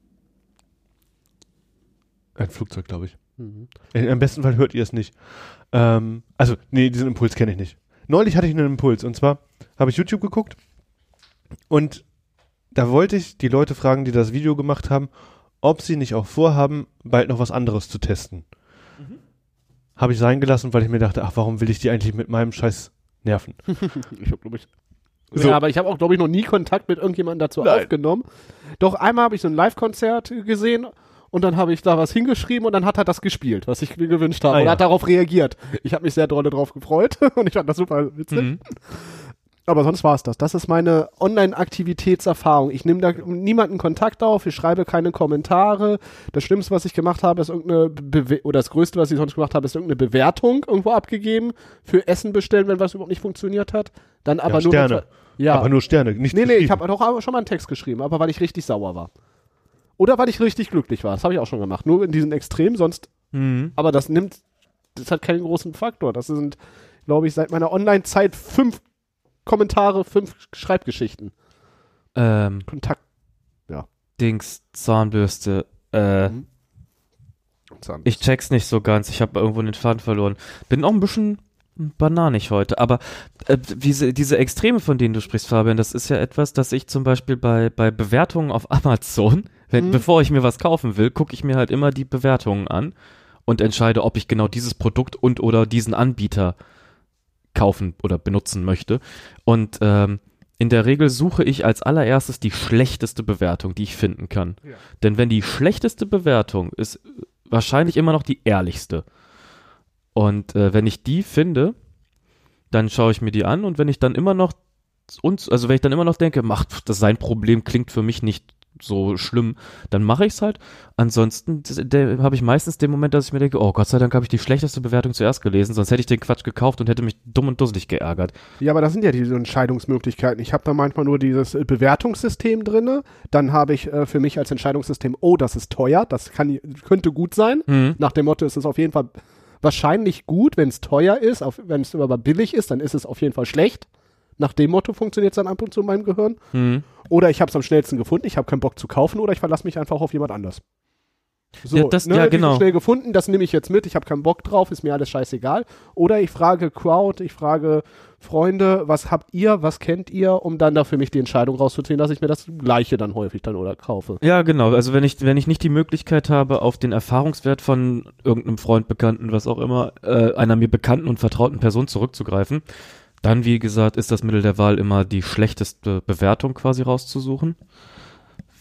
Flugzeug, glaube ich. Am besten Fall hört ihr es nicht. Also, nee, diesen Impuls kenne ich nicht. Neulich hatte ich einen Impuls. Und zwar habe ich YouTube geguckt. Und da wollte ich die Leute fragen, die das Video gemacht haben, ob sie nicht auch vorhaben, bald noch was anderes zu testen. Habe ich sein gelassen, weil ich mir dachte, ach, warum will ich die eigentlich mit meinem Scheiß nerven? Ich habe, glaube ich... So. Ja, aber ich habe auch, glaube ich, noch nie Kontakt mit irgendjemandem dazu aufgenommen. Doch einmal habe ich so ein Live-Konzert gesehen und dann habe ich da was hingeschrieben und dann hat er das gespielt, was ich mir gewünscht habe. Und hat darauf reagiert. Ich habe mich sehr doll drauf gefreut und ich fand das super witzig. Aber sonst war es das. Das ist meine Online-Aktivitätserfahrung. Ich nehme da niemanden Kontakt auf, ich schreibe keine Kommentare. Das Schlimmste, was ich gemacht habe, ist oder das Größte, was ich sonst gemacht habe, ist irgendeine Bewertung irgendwo abgegeben für Essen bestellen, wenn was überhaupt nicht funktioniert hat. Dann aber nur Sterne. Aber nur Sterne, nicht Nee, ich habe doch schon mal einen Text geschrieben, aber weil ich richtig sauer war. Oder weil ich richtig glücklich war. Das habe ich auch schon gemacht. Nur in diesen Extremen, sonst. Aber das hat keinen großen Faktor. Das sind, glaube ich, seit meiner Online-Zeit 5 Kommentare, 5 Schreibgeschichten. Kontakt. Ja. Dings, Zahnbürste. Ich check's nicht so ganz. Ich habe irgendwo den Faden verloren. Bin auch ein bisschen bananig heute. Aber diese Extreme, von denen du sprichst, Fabian, das ist ja etwas, das ich zum Beispiel bei Bewertungen auf Amazon, bevor ich mir was kaufen will, gucke ich mir halt immer die Bewertungen an und entscheide, ob ich genau dieses Produkt und oder diesen Anbieter kaufen oder benutzen möchte. Und in der Regel suche ich als allererstes die schlechteste Bewertung, die ich finden kann. Ja. Denn wenn die schlechteste Bewertung ist wahrscheinlich immer noch die ehrlichste. Und wenn ich die finde, dann schaue ich mir die an und wenn ich dann immer noch denke, das sein Problem klingt für mich nicht so schlimm, dann mache ich es halt. Ansonsten habe ich meistens den Moment, dass ich mir denke, oh Gott sei Dank habe ich die schlechteste Bewertung zuerst gelesen, sonst hätte ich den Quatsch gekauft und hätte mich dumm und dusselig geärgert. Ja, aber das sind ja diese Entscheidungsmöglichkeiten. Ich habe da manchmal nur dieses Bewertungssystem drin, dann habe ich für mich als Entscheidungssystem, oh, das ist teuer, das könnte gut sein. Nach dem Motto, ist es auf jeden Fall wahrscheinlich gut, wenn es teuer ist, wenn es aber billig ist, dann ist es auf jeden Fall schlecht. Nach dem Motto funktioniert es dann ab und zu in meinem Gehirn. Oder ich habe es am schnellsten gefunden, ich habe keinen Bock zu kaufen oder ich verlasse mich einfach auf jemand anders. So, ja, genau. Schnell gefunden, das nehme ich jetzt mit, ich habe keinen Bock drauf, ist mir alles scheißegal. Oder ich frage Crowd, ich frage Freunde, was habt ihr, was kennt ihr, um dann da für mich die Entscheidung rauszuziehen, dass ich mir das Gleiche dann häufig dann oder kaufe. Ja, genau. Also wenn ich nicht die Möglichkeit habe, auf den Erfahrungswert von irgendeinem Freund, Bekannten, was auch immer, einer mir bekannten und vertrauten Person zurückzugreifen, dann, wie gesagt, ist das Mittel der Wahl immer die schlechteste Bewertung quasi rauszusuchen.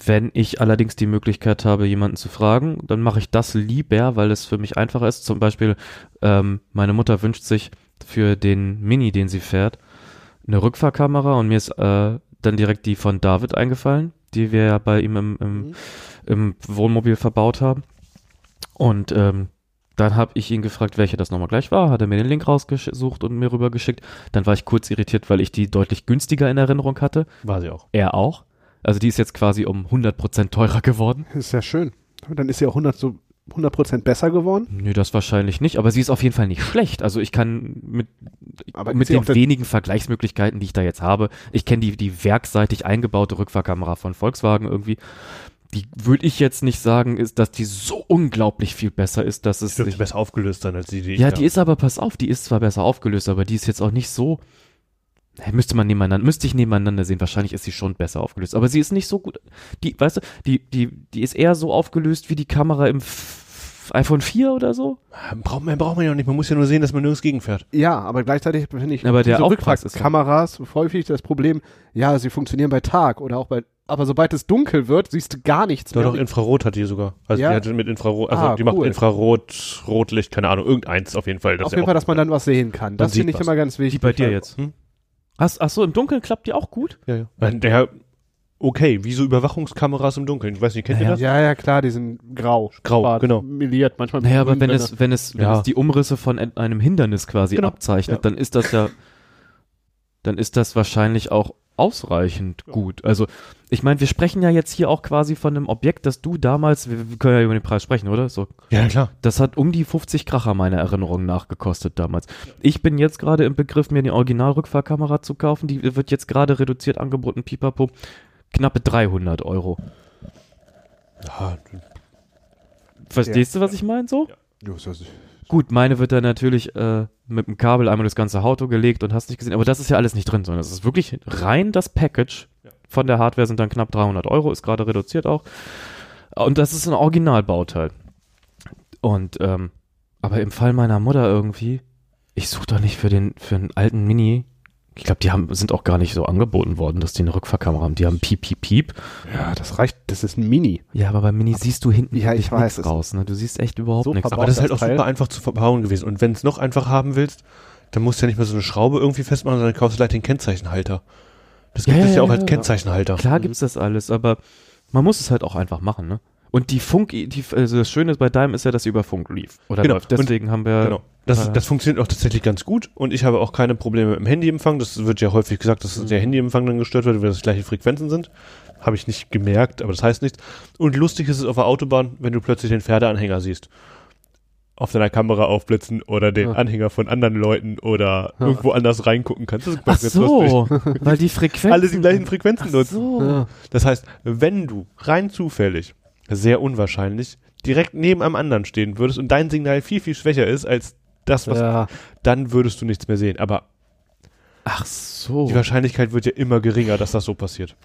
Wenn ich allerdings die Möglichkeit habe, jemanden zu fragen, dann mache ich das lieber, weil es für mich einfacher ist. Zum Beispiel, meine Mutter wünscht sich für den Mini, den sie fährt, eine Rückfahrkamera und mir ist dann direkt die von David eingefallen, die wir ja bei ihm im Wohnmobil verbaut haben. Und dann habe ich ihn gefragt, welche das nochmal gleich war, hat er mir den Link rausgesucht und mir rübergeschickt. Dann war ich kurz irritiert, weil ich die deutlich günstiger in Erinnerung hatte. War sie auch. Er auch. Also die ist jetzt quasi um 100% teurer geworden. Das ist ja schön. Dann ist sie auch 100% besser geworden. Nö, das wahrscheinlich nicht, aber sie ist auf jeden Fall nicht schlecht. Also ich kann mit ist den wenigen Vergleichsmöglichkeiten, die ich da jetzt habe, ich kenne die werkseitig eingebaute Rückfahrkamera von Volkswagen irgendwie, die würde ich jetzt nicht sagen, ist, dass die so unglaublich viel besser ist, dass es... Die dürfte besser aufgelöst sein als die ich Ja, die ist aber, pass auf, die ist zwar besser aufgelöst, aber die ist jetzt auch nicht so... Müsste ich nebeneinander sehen, wahrscheinlich ist sie schon besser aufgelöst, aber sie ist nicht so gut, weißt du, die ist eher so aufgelöst wie die Kamera im iPhone 4 oder so. Braucht man ja noch nicht, man muss ja nur sehen, dass man nirgends gegenfährt. Ja, aber gleichzeitig finde ich, aber der Rückfahrkameras häufig das Problem, ja, sie funktionieren bei Tag oder auch aber sobald es dunkel wird, siehst du gar nichts mehr. Doch, Infrarot hat die sogar. Also die hatte mit Infrarot, also die macht Infrarot, Rotlicht, keine Ahnung, irgendeins auf jeden Fall. Auf jeden Fall, dass man dann was sehen kann. Das finde ich immer ganz wichtig. Die bei dir jetzt. Ach so, im Dunkeln klappt die auch gut? Ja. Okay, wie so Überwachungskameras im Dunkeln. Ich weiß nicht, kennt ihr das? Ja, klar, die sind grau. Grau, genau. Miliert, manchmal. Naja, aber wenn es die Umrisse von einem Hindernis quasi abzeichnet, dann ist das wahrscheinlich auch ausreichend gut. Also, ich meine, wir sprechen ja jetzt hier auch quasi von einem Objekt, das du damals, wir können ja über den Preis sprechen, oder? So. Ja, klar. Das hat um die 50 Kracher meiner Erinnerung nach gekostet damals. Ich bin jetzt gerade im Begriff, mir eine Original-Rückfahrkamera zu kaufen, die wird jetzt gerade reduziert angeboten, pipapo, knappe 300 €. Ja. Verstehst du, was ich meine so? Ja. Gut, meine wird dann natürlich mit dem Kabel einmal das ganze Auto gelegt und hast nicht gesehen, aber das ist ja alles nicht drin, sondern das ist wirklich rein das Package von der Hardware, sind dann knapp 300 €, ist gerade reduziert auch. Und das ist ein Originalbauteil. Und, aber im Fall meiner Mutter irgendwie, ich suche doch nicht für einen alten Mini, ich glaube, sind auch gar nicht so angeboten worden, dass die eine Rückfahrkamera haben. Die haben Piep, Piep, Piep. Ja, das reicht, das ist ein Mini. Ja, aber beim Mini siehst du hinten nichts raus, ne? Du siehst echt überhaupt so nichts. Aber das ist halt auch super einfach zu verbauen gewesen. Und wenn es noch einfach haben willst, dann musst du ja nicht mehr so eine Schraube irgendwie festmachen, sondern kaufst gleich den Kennzeichenhalter. Das gibt es ja auch als Kennzeichenhalter. Klar gibt's das alles, aber man muss es halt auch einfach machen, ne? Und also das Schöne bei deinem ist ja, dass sie über Funk lief. Oder läuft. Deswegen haben wir... Genau. Das funktioniert auch tatsächlich ganz gut und ich habe auch keine Probleme mit dem Handyempfang. Das wird ja häufig gesagt, dass der Handyempfang dann gestört wird, weil das gleiche Frequenzen sind. Habe ich nicht gemerkt, aber das heißt nichts. Und lustig ist es auf der Autobahn, wenn du plötzlich den Pferdeanhänger siehst. Auf deiner Kamera aufblitzen oder den Anhänger von anderen Leuten oder irgendwo anders reingucken kannst. Das ist ganz lustig. Weil die Frequenzen... Alle die gleichen Frequenzen nutzen. So. Das heißt, wenn du rein zufällig, sehr unwahrscheinlich, direkt neben einem anderen stehen würdest und dein Signal viel, viel schwächer ist als das, was dann würdest du nichts mehr sehen. Aber die Wahrscheinlichkeit wird ja immer geringer, dass das so passiert.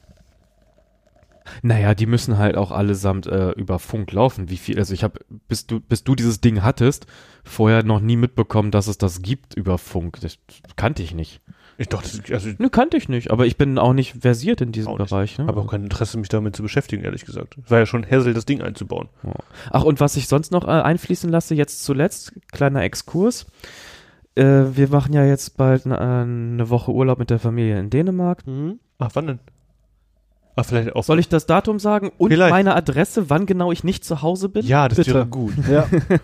Naja, die müssen halt auch allesamt über Funk laufen. Wie viel? Also ich habe, bis du dieses Ding hattest, vorher noch nie mitbekommen, dass es das gibt über Funk. Das kannte ich nicht. Kannte ich nicht, aber ich bin auch nicht versiert in diesem Bereich. Ne? Habe auch kein Interesse, mich damit zu beschäftigen, ehrlich gesagt. Es war ja schon Hassel, das Ding einzubauen. Ja. Ach, und was ich sonst noch einfließen lasse, jetzt zuletzt, kleiner Exkurs. Wir machen ja jetzt bald eine Woche Urlaub mit der Familie in Dänemark. Ach, wann denn? Ach, vielleicht auch. Soll ich das Datum sagen und meine Adresse, wann genau ich nicht zu Hause bin? Ja, das wäre gut. Ja.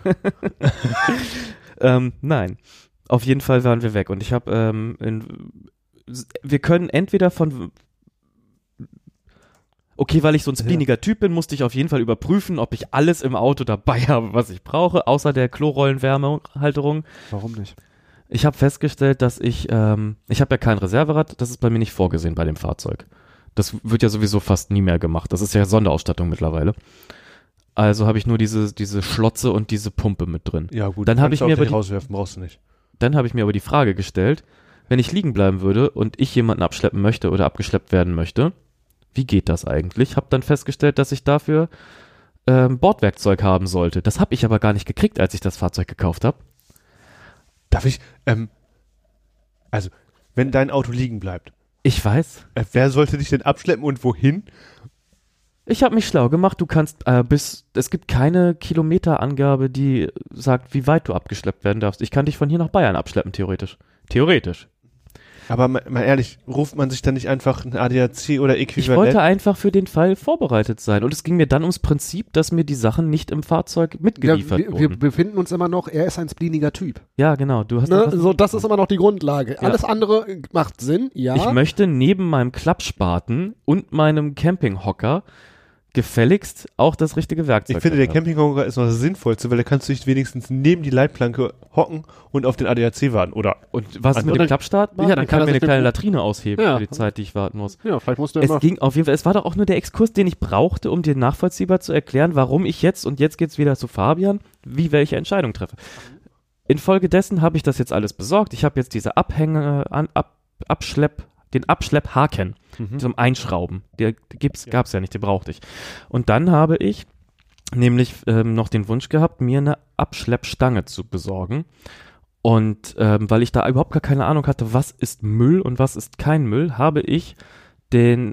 Nein. Auf jeden Fall waren wir weg und ich habe, wir können entweder weil ich so ein spleeniger Typ bin, musste ich auf jeden Fall überprüfen, ob ich alles im Auto dabei habe, was ich brauche, außer der Klorollenwärmehalterung. Warum nicht? Ich habe festgestellt, dass ich habe ja kein Reserverad, das ist bei mir nicht vorgesehen bei dem Fahrzeug. Das wird ja sowieso fast nie mehr gemacht. Das ist ja Sonderausstattung mittlerweile. Also habe ich nur diese Schlotze und diese Pumpe mit drin. Ja gut, dann habe ich mir aber rauswerfen, brauchst du nicht. Dann habe ich mir aber die Frage gestellt, wenn ich liegen bleiben würde und ich jemanden abschleppen möchte oder abgeschleppt werden möchte, wie geht das eigentlich? Habe dann festgestellt, dass ich dafür Bordwerkzeug haben sollte. Das habe ich aber gar nicht gekriegt, als ich das Fahrzeug gekauft habe. Darf ich, also, wenn dein Auto liegen bleibt. Ich weiß. Wer sollte dich denn abschleppen und wohin? Ich habe mich schlau gemacht. Du kannst es gibt keine Kilometerangabe, die sagt, wie weit du abgeschleppt werden darfst. Ich kann dich von hier nach Bayern abschleppen, theoretisch. Theoretisch. Aber mal ehrlich, ruft man sich dann nicht einfach ein ADAC oder Äquivalent? Ich wollte einfach für den Fall vorbereitet sein. Und es ging mir dann ums Prinzip, dass mir die Sachen nicht im Fahrzeug mitgeliefert wurden. Wir befinden uns immer noch, er ist ein spleeniger Typ. Ja, genau. Du hast so, das ist immer noch die Grundlage. Ja. Alles andere macht Sinn, ja. Ich möchte neben meinem Klappspaten und meinem Campinghocker gefälligst auch das richtige Werkzeug. Ich finde, der Campinghocker ist noch das Sinnvollste, weil da kannst du dich wenigstens neben die Leitplanke hocken und auf den ADAC warten, oder? Und was ist mit dem Klappstart machen? Ja, dann kann mir eine kleine Latrine ausheben für die Zeit, die ich warten muss. Ja, vielleicht musst du Es ging auf jeden Fall, es war doch auch nur der Exkurs, den ich brauchte, um dir nachvollziehbar zu erklären, warum ich jetzt geht's wieder zu Fabian, welche Entscheidung treffe. Infolgedessen habe ich das jetzt alles besorgt. Ich habe jetzt diese den Abschlepphaken zum Einschrauben. Gab's ja nicht, den brauchte ich. Und dann habe ich nämlich noch den Wunsch gehabt, mir eine Abschleppstange zu besorgen. Und weil ich da überhaupt gar keine Ahnung hatte, was ist Müll und was ist kein Müll, habe ich den,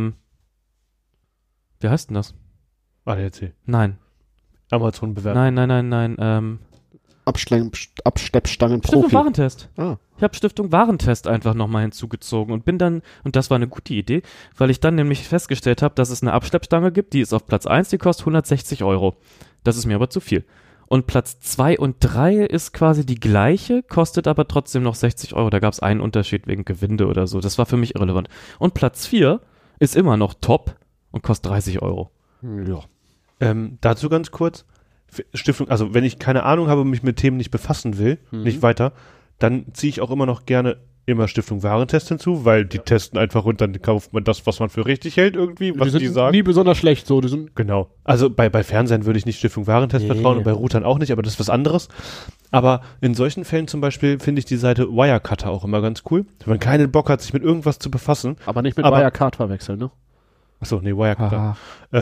wie heißt denn das? ADAC. Nein. Amazon bewerben. Nein. Abschleppstangen Stiftung Warentest. Ah. Ich habe Stiftung Warentest einfach nochmal hinzugezogen und und das war eine gute Idee, weil ich dann nämlich festgestellt habe, dass es eine Abschleppstange gibt, die ist auf Platz 1, die kostet 160 €. Das ist mir aber zu viel. Und Platz 2 und 3 ist quasi die gleiche, kostet aber trotzdem noch 60 €. Da gab es einen Unterschied wegen Gewinde oder so. Das war für mich irrelevant. Und Platz 4 ist immer noch top und kostet 30 €. Ja. Dazu ganz kurz. Stiftung, also wenn ich keine Ahnung habe und mich mit Themen nicht befassen will, nicht weiter, dann ziehe ich auch immer noch gerne immer Stiftung Warentest hinzu, weil die testen einfach und dann kauft man das, was man für richtig hält irgendwie, was die sagen. Nie besonders schlecht so. Genau. Also bei Fernsehen würde ich nicht Stiftung Warentest vertrauen und bei Routern auch nicht, aber das ist was anderes. Aber in solchen Fällen zum Beispiel finde ich die Seite Wirecutter auch immer ganz cool. Wenn man keinen Bock hat, sich mit irgendwas zu befassen. Aber nicht mit Wirecard verwechseln, ne? Achso, nee, Wirecutter.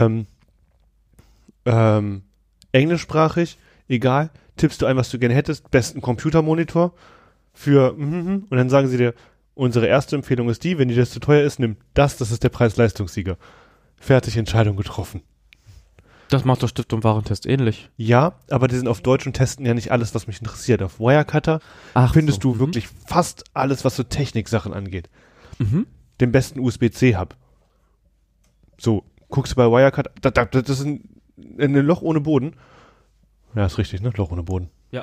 Englischsprachig, egal, tippst du ein, was du gerne hättest, besten Computermonitor für und dann sagen sie dir, unsere erste Empfehlung ist die, wenn dir das zu teuer ist, nimm das ist der Preis-Leistungssieger. Fertig, Entscheidung getroffen. Das macht doch Stiftung Warentest ähnlich. Ja, aber die sind auf Deutsch und testen ja nicht alles, was mich interessiert. Auf Wirecutter findest du wirklich fast alles, was so Techniksachen angeht. Den besten USB-C-Hub. So, guckst du bei Wirecutter, das ist ein Loch ohne Boden. Ja, ist richtig, ne? Loch ohne Boden. Ja.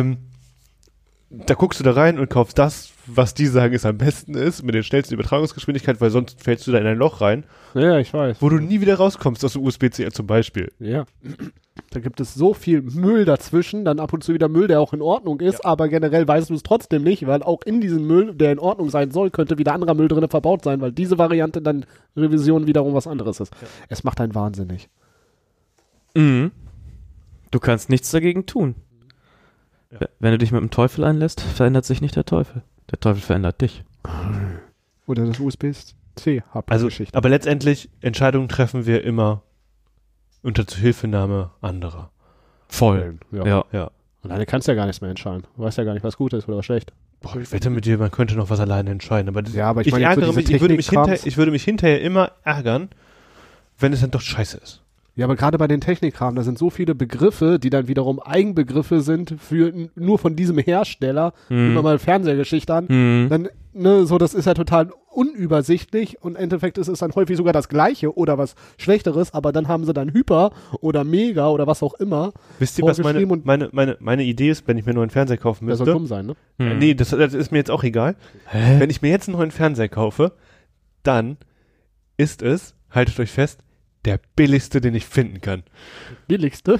Da guckst du da rein und kaufst das, was die sagen, es am besten ist, mit der schnellsten Übertragungsgeschwindigkeit, weil sonst fällst du da in ein Loch rein. Ja, ich weiß. Wo du nie wieder rauskommst aus dem USB-C zum Beispiel. Ja. Da gibt es so viel Müll dazwischen, dann ab und zu wieder Müll, der auch in Ordnung ist, aber generell weißt du es trotzdem nicht, weil auch in diesem Müll, der in Ordnung sein soll, könnte wieder anderer Müll drin verbaut sein, weil diese Variante dann Revision wiederum was anderes ist. Ja. Es macht einen wahnsinnig. Du kannst nichts dagegen tun. Ja. Wenn du dich mit dem Teufel einlässt, verändert sich nicht der Teufel. Der Teufel verändert dich. Oder das USB-C-Hub. Also, aber letztendlich, Entscheidungen treffen wir immer unter Zuhilfenahme anderer. Voll. Ja. Und dann kannst du ja gar nichts mehr entscheiden. Du weißt ja gar nicht, was gut ist oder was schlecht. Boah, ich wette mit dir, man könnte noch was alleine entscheiden. Aber, aber ich ärgere mich, ich würde mich hinterher immer ärgern, wenn es dann doch scheiße ist. Ja, aber gerade bei den Technikkram, da sind so viele Begriffe, die dann wiederum Eigenbegriffe sind für nur von diesem Hersteller. Nehmen wir mal Fernsehgeschichte an. Dann, so, das ist ja total unübersichtlich und im Endeffekt ist es dann häufig sogar das Gleiche oder was Schlechteres, aber dann haben sie dann Hyper oder Mega oder was auch immer. Wisst ihr, was meine Idee ist, wenn ich mir einen neuen Fernseher kaufen müsste? Das soll dumm sein, ne? Nee, das ist mir jetzt auch egal. Hä? Wenn ich mir jetzt einen neuen Fernseher kaufe, dann ist es, haltet euch fest, der billigste, den ich finden kann. Billigste?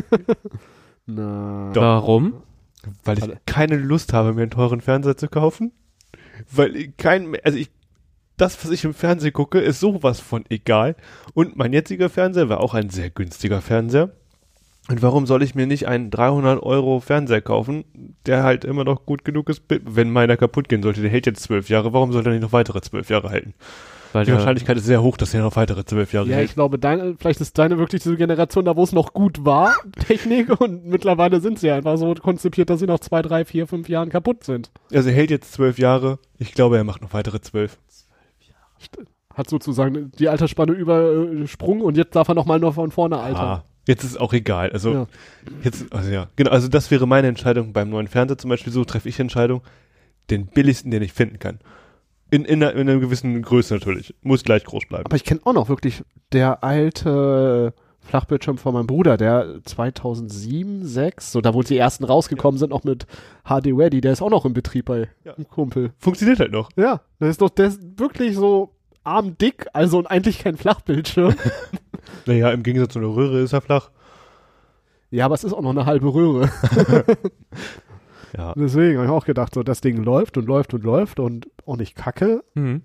Na. Warum? Weil ich keine Lust habe, mir einen teuren Fernseher zu kaufen. Weil das, was ich im Fernsehen gucke, ist sowas von egal. Und mein jetziger Fernseher war auch ein sehr günstiger Fernseher. Und warum soll ich mir nicht einen 300 € Fernseher kaufen, der halt immer noch gut genug ist, wenn meiner kaputt gehen sollte? Der hält jetzt 12 Jahre. Warum soll der nicht noch weitere 12 Jahre halten? Weil die Wahrscheinlichkeit ist sehr hoch, dass er noch weitere 12 Jahre hält. Ja, ich glaube, vielleicht ist deine wirklich diese Generation da, wo es noch gut war, Technik, und mittlerweile sind sie einfach so konzipiert, dass sie nach 2, 3, 4, 5 Jahren kaputt sind. Also er hält jetzt 12 Jahre. Ich glaube, er macht noch weitere 12. 12 Jahre. hat sozusagen die Altersspanne übersprungen und jetzt darf er nochmal nur von vorne altern. Jetzt ist es auch egal. Also genau, also das wäre meine Entscheidung beim neuen Fernseher zum Beispiel. So treffe ich Entscheidung, den billigsten, den ich finden kann. In einer gewissen Größe natürlich. Muss gleich groß bleiben. Aber ich kenne auch noch wirklich der alte Flachbildschirm von meinem Bruder, der 2007, 2006, so da wo die ersten rausgekommen sind, noch mit HD Ready, der ist auch noch in Betrieb bei einem Kumpel. Funktioniert halt noch. Ja, der ist wirklich so armdick, also eigentlich kein Flachbildschirm. Naja, im Gegensatz zu einer Röhre ist er flach. Ja, aber es ist auch noch eine halbe Röhre. Ja. Deswegen habe ich auch gedacht, so das Ding läuft und auch nicht kacke. Mhm.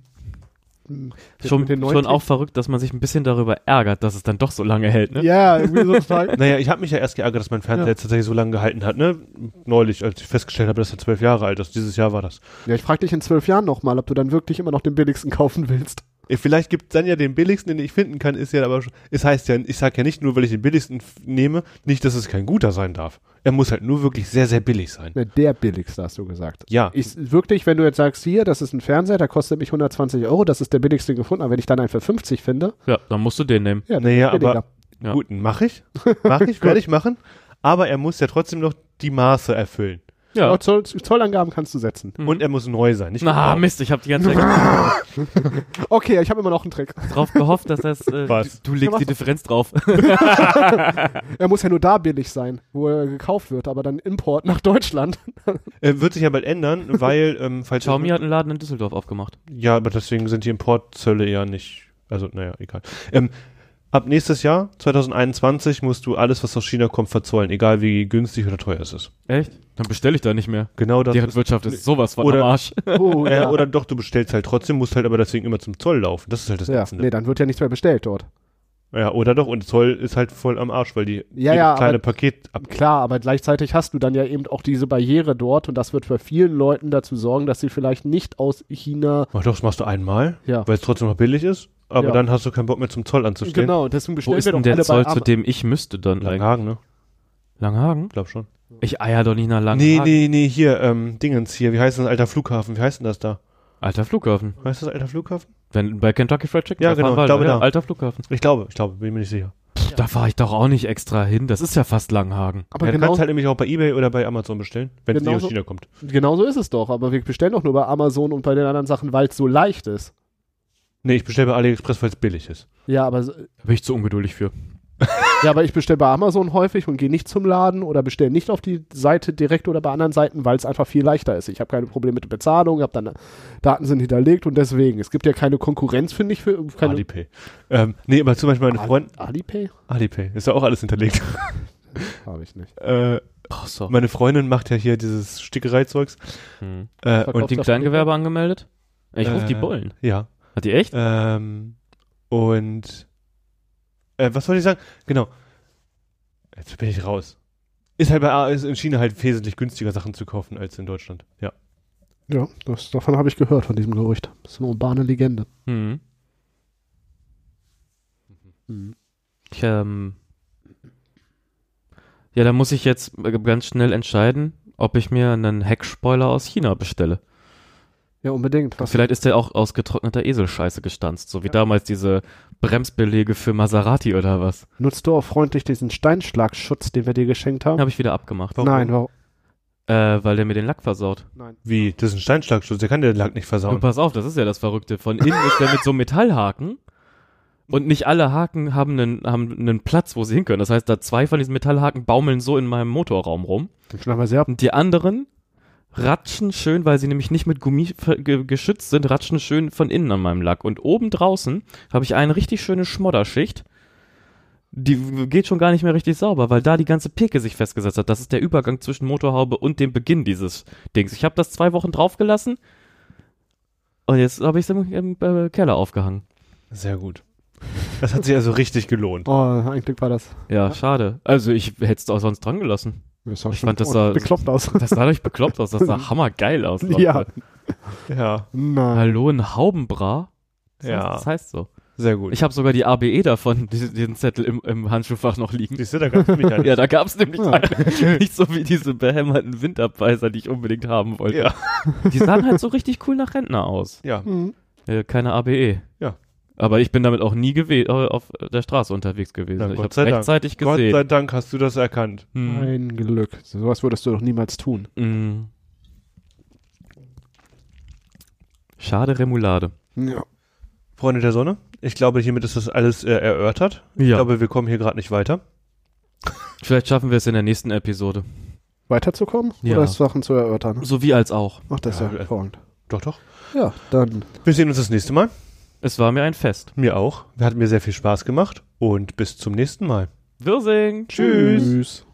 Schon auch verrückt, dass man sich ein bisschen darüber ärgert, dass es dann doch so lange hält, ne? Ja, irgendwie so total. Naja, ich habe mich ja erst geärgert, dass mein Fernseher jetzt tatsächlich so lange gehalten hat, ne? Neulich, als ich festgestellt habe, dass er 12 Jahre alt ist. Dieses Jahr war das. Ja, ich frage dich in 12 Jahren nochmal, ob du dann wirklich immer noch den billigsten kaufen willst. Vielleicht gibt es dann ja den billigsten, den ich finden kann, ist ja aber schon, es heißt ja, ich sage ja nicht nur, weil ich den billigsten nehme, nicht, dass es kein guter sein darf. Er muss halt nur wirklich sehr, sehr billig sein. Na, der billigste, hast du gesagt. Ja. Wirklich, wenn du jetzt sagst, hier, das ist ein Fernseher, der kostet mich 120 €, das ist der billigste gefunden, aber wenn ich dann einen für 50 finde. Ja, dann musst du den nehmen. Ja, naja, aber gut, mache ich, werde ich machen, aber er muss ja trotzdem noch die Maße erfüllen. Ja. Zollangaben kannst du setzen. Und er muss neu sein. Nicht Mist, ich habe die ganze Zeit Okay, ich habe immer noch einen Trick. drauf gehofft, dass das du legst die Differenz drauf. Er muss ja nur da billig sein, wo er gekauft wird, aber dann Import nach Deutschland. Wird sich ja bald ändern, weil falls Xiaomi hat einen Laden in Düsseldorf aufgemacht. Ja, aber deswegen sind die Importzölle ja nicht, also naja, egal. Ab nächstes Jahr, 2021, musst du alles, was aus China kommt, verzollen, egal wie günstig oder teuer es ist. Echt? Dann bestelle ich da nicht mehr. Genau das. Deren Wirtschaft ist sowas von am Arsch. Oh, ja. Oder doch, du bestellst halt trotzdem, musst halt aber deswegen immer zum Zoll laufen. Das ist halt das Ätzende. Nee, dann wird ja nichts mehr bestellt dort. Ja, oder doch, und Zoll ist halt voll am Arsch, weil die kleine Paket Klar, aber gleichzeitig hast du dann ja eben auch diese Barriere dort und das wird bei vielen Leuten dazu sorgen, dass sie vielleicht nicht aus China... Ach doch, das machst du einmal, weil es trotzdem noch billig ist, aber dann hast du keinen Bock mehr zum Zoll anzustehen. Genau, deswegen bestellen wir doch alle. Wo ist denn der Zoll, zu dem ich müsste dann Langhagen, ne? Langhagen? Glaub schon. Ich eier doch nicht nach Langhagen. Nee, hier, Dingens hier, wie heißt das, alter Flughafen, wie heißt denn das da? Alter Flughafen. Heißt das alter Flughafen? Bei Kentucky Fried Chicken? Ja, genau, ich glaube da. Alter Flughafen. Ich glaube, bin mir nicht sicher. Da fahre ich doch auch nicht extra hin, das ist ja fast Langhagen. Aber du kannst halt nämlich auch bei eBay oder bei Amazon bestellen, wenn es nicht aus China kommt. Genau so ist es doch, aber wir bestellen doch nur bei Amazon und bei den anderen Sachen, weil es so leicht ist. Nee, ich bestelle bei AliExpress, weil es billig ist. Ja, aber... Da bin ich zu ungeduldig für. Ja, aber ich bestelle bei Amazon häufig und gehe nicht zum Laden oder bestelle nicht auf die Seite direkt oder bei anderen Seiten, weil es einfach viel leichter ist. Ich habe keine Probleme mit der Bezahlung, Daten sind hinterlegt und deswegen. Es gibt ja keine Konkurrenz, finde ich, für... Alipay. Nee, aber zum Beispiel meine Freundin... Alipay? Alipay, ist ja auch alles hinterlegt. Habe ich nicht. So. Meine Freundin macht ja hier dieses Stickereizeugs. Und die Kleingewerbe angemeldet? Ich rufe die Bullen. Ja. Hat die echt? Was wollte ich sagen? Genau. Jetzt bin ich raus. Ist in China halt wesentlich günstiger Sachen zu kaufen als in Deutschland. Ja. Ja, davon habe ich gehört, von diesem Gerücht. Das ist eine urbane Legende. Mhm. Ja, da muss ich jetzt ganz schnell entscheiden, ob ich mir einen Heckspoiler aus China bestelle. Ja, unbedingt. Vielleicht ist der auch aus getrockneter Eselscheiße gestanzt, so wie damals diese Bremsbeläge für Maserati oder was. Nutzt du auch freundlich diesen Steinschlagschutz, den wir dir geschenkt haben? Habe ich wieder abgemacht. Warum? Nein, warum? Weil der mir den Lack versaut. Nein. Wie? Das ist ein Steinschlagschutz, der kann den Lack nicht versauen. Pass auf, das ist ja das Verrückte. Von innen ist der mit so einem Metallhaken und nicht alle Haken haben einen Platz, wo sie hin können. Das heißt, da 2 von diesen Metallhaken baumeln so in meinem Motorraum rum. Und die anderen ratschen schön, weil sie nämlich nicht mit Gummi geschützt sind, ratschen schön von innen an meinem Lack. Und oben draußen habe ich eine richtig schöne Schmodderschicht. Die geht schon gar nicht mehr richtig sauber, weil da die ganze Peke sich festgesetzt hat. Das ist der Übergang zwischen Motorhaube und dem Beginn dieses Dings. Ich habe das 2 Wochen draufgelassen und jetzt habe ich es im Keller aufgehangen. Sehr gut. Das hat sich also richtig gelohnt. Oh, ein Glück war das. Ja, schade. Also ich hätte es auch sonst dran gelassen. Ich fand, das sah bekloppt aus. Das sah doch bekloppt aus. Das sah hammergeil aus. Ja. Ja. Nein. Hallo, ein Haubenbra? Das heißt so. Sehr gut. Ich habe sogar die ABE davon, diesen Zettel im Handschuhfach noch liegen. Siehst du, da gab es nämlich einen. Ja, da gab es nämlich einen. Nicht so wie diese behämmerten Windabweiser, die ich unbedingt haben wollte. Ja. Die sahen halt so richtig cool nach Rentner aus. Ja. Mhm. Keine ABE. Ja. Aber ich bin damit auch nie auf der Straße unterwegs gewesen. Na, ich habe es rechtzeitig gesehen. Gott sei Dank hast du das erkannt. Mein Glück. Sowas würdest du doch niemals tun. Schade Remoulade. Ja. Freunde der Sonne, ich glaube, hiermit ist das alles erörtert. Ja. Ich glaube, wir kommen hier gerade nicht weiter. Vielleicht schaffen wir es in der nächsten Episode. Weiterzukommen? Ja. Oder Sachen zu erörtern? So wie als auch. Ach, das ist ja hervorragend. Doch. Ja, dann. Wir sehen uns das nächste Mal. Es war mir ein Fest. Mir auch. Hat mir sehr viel Spaß gemacht und bis zum nächsten Mal. Wirsing. Tschüss.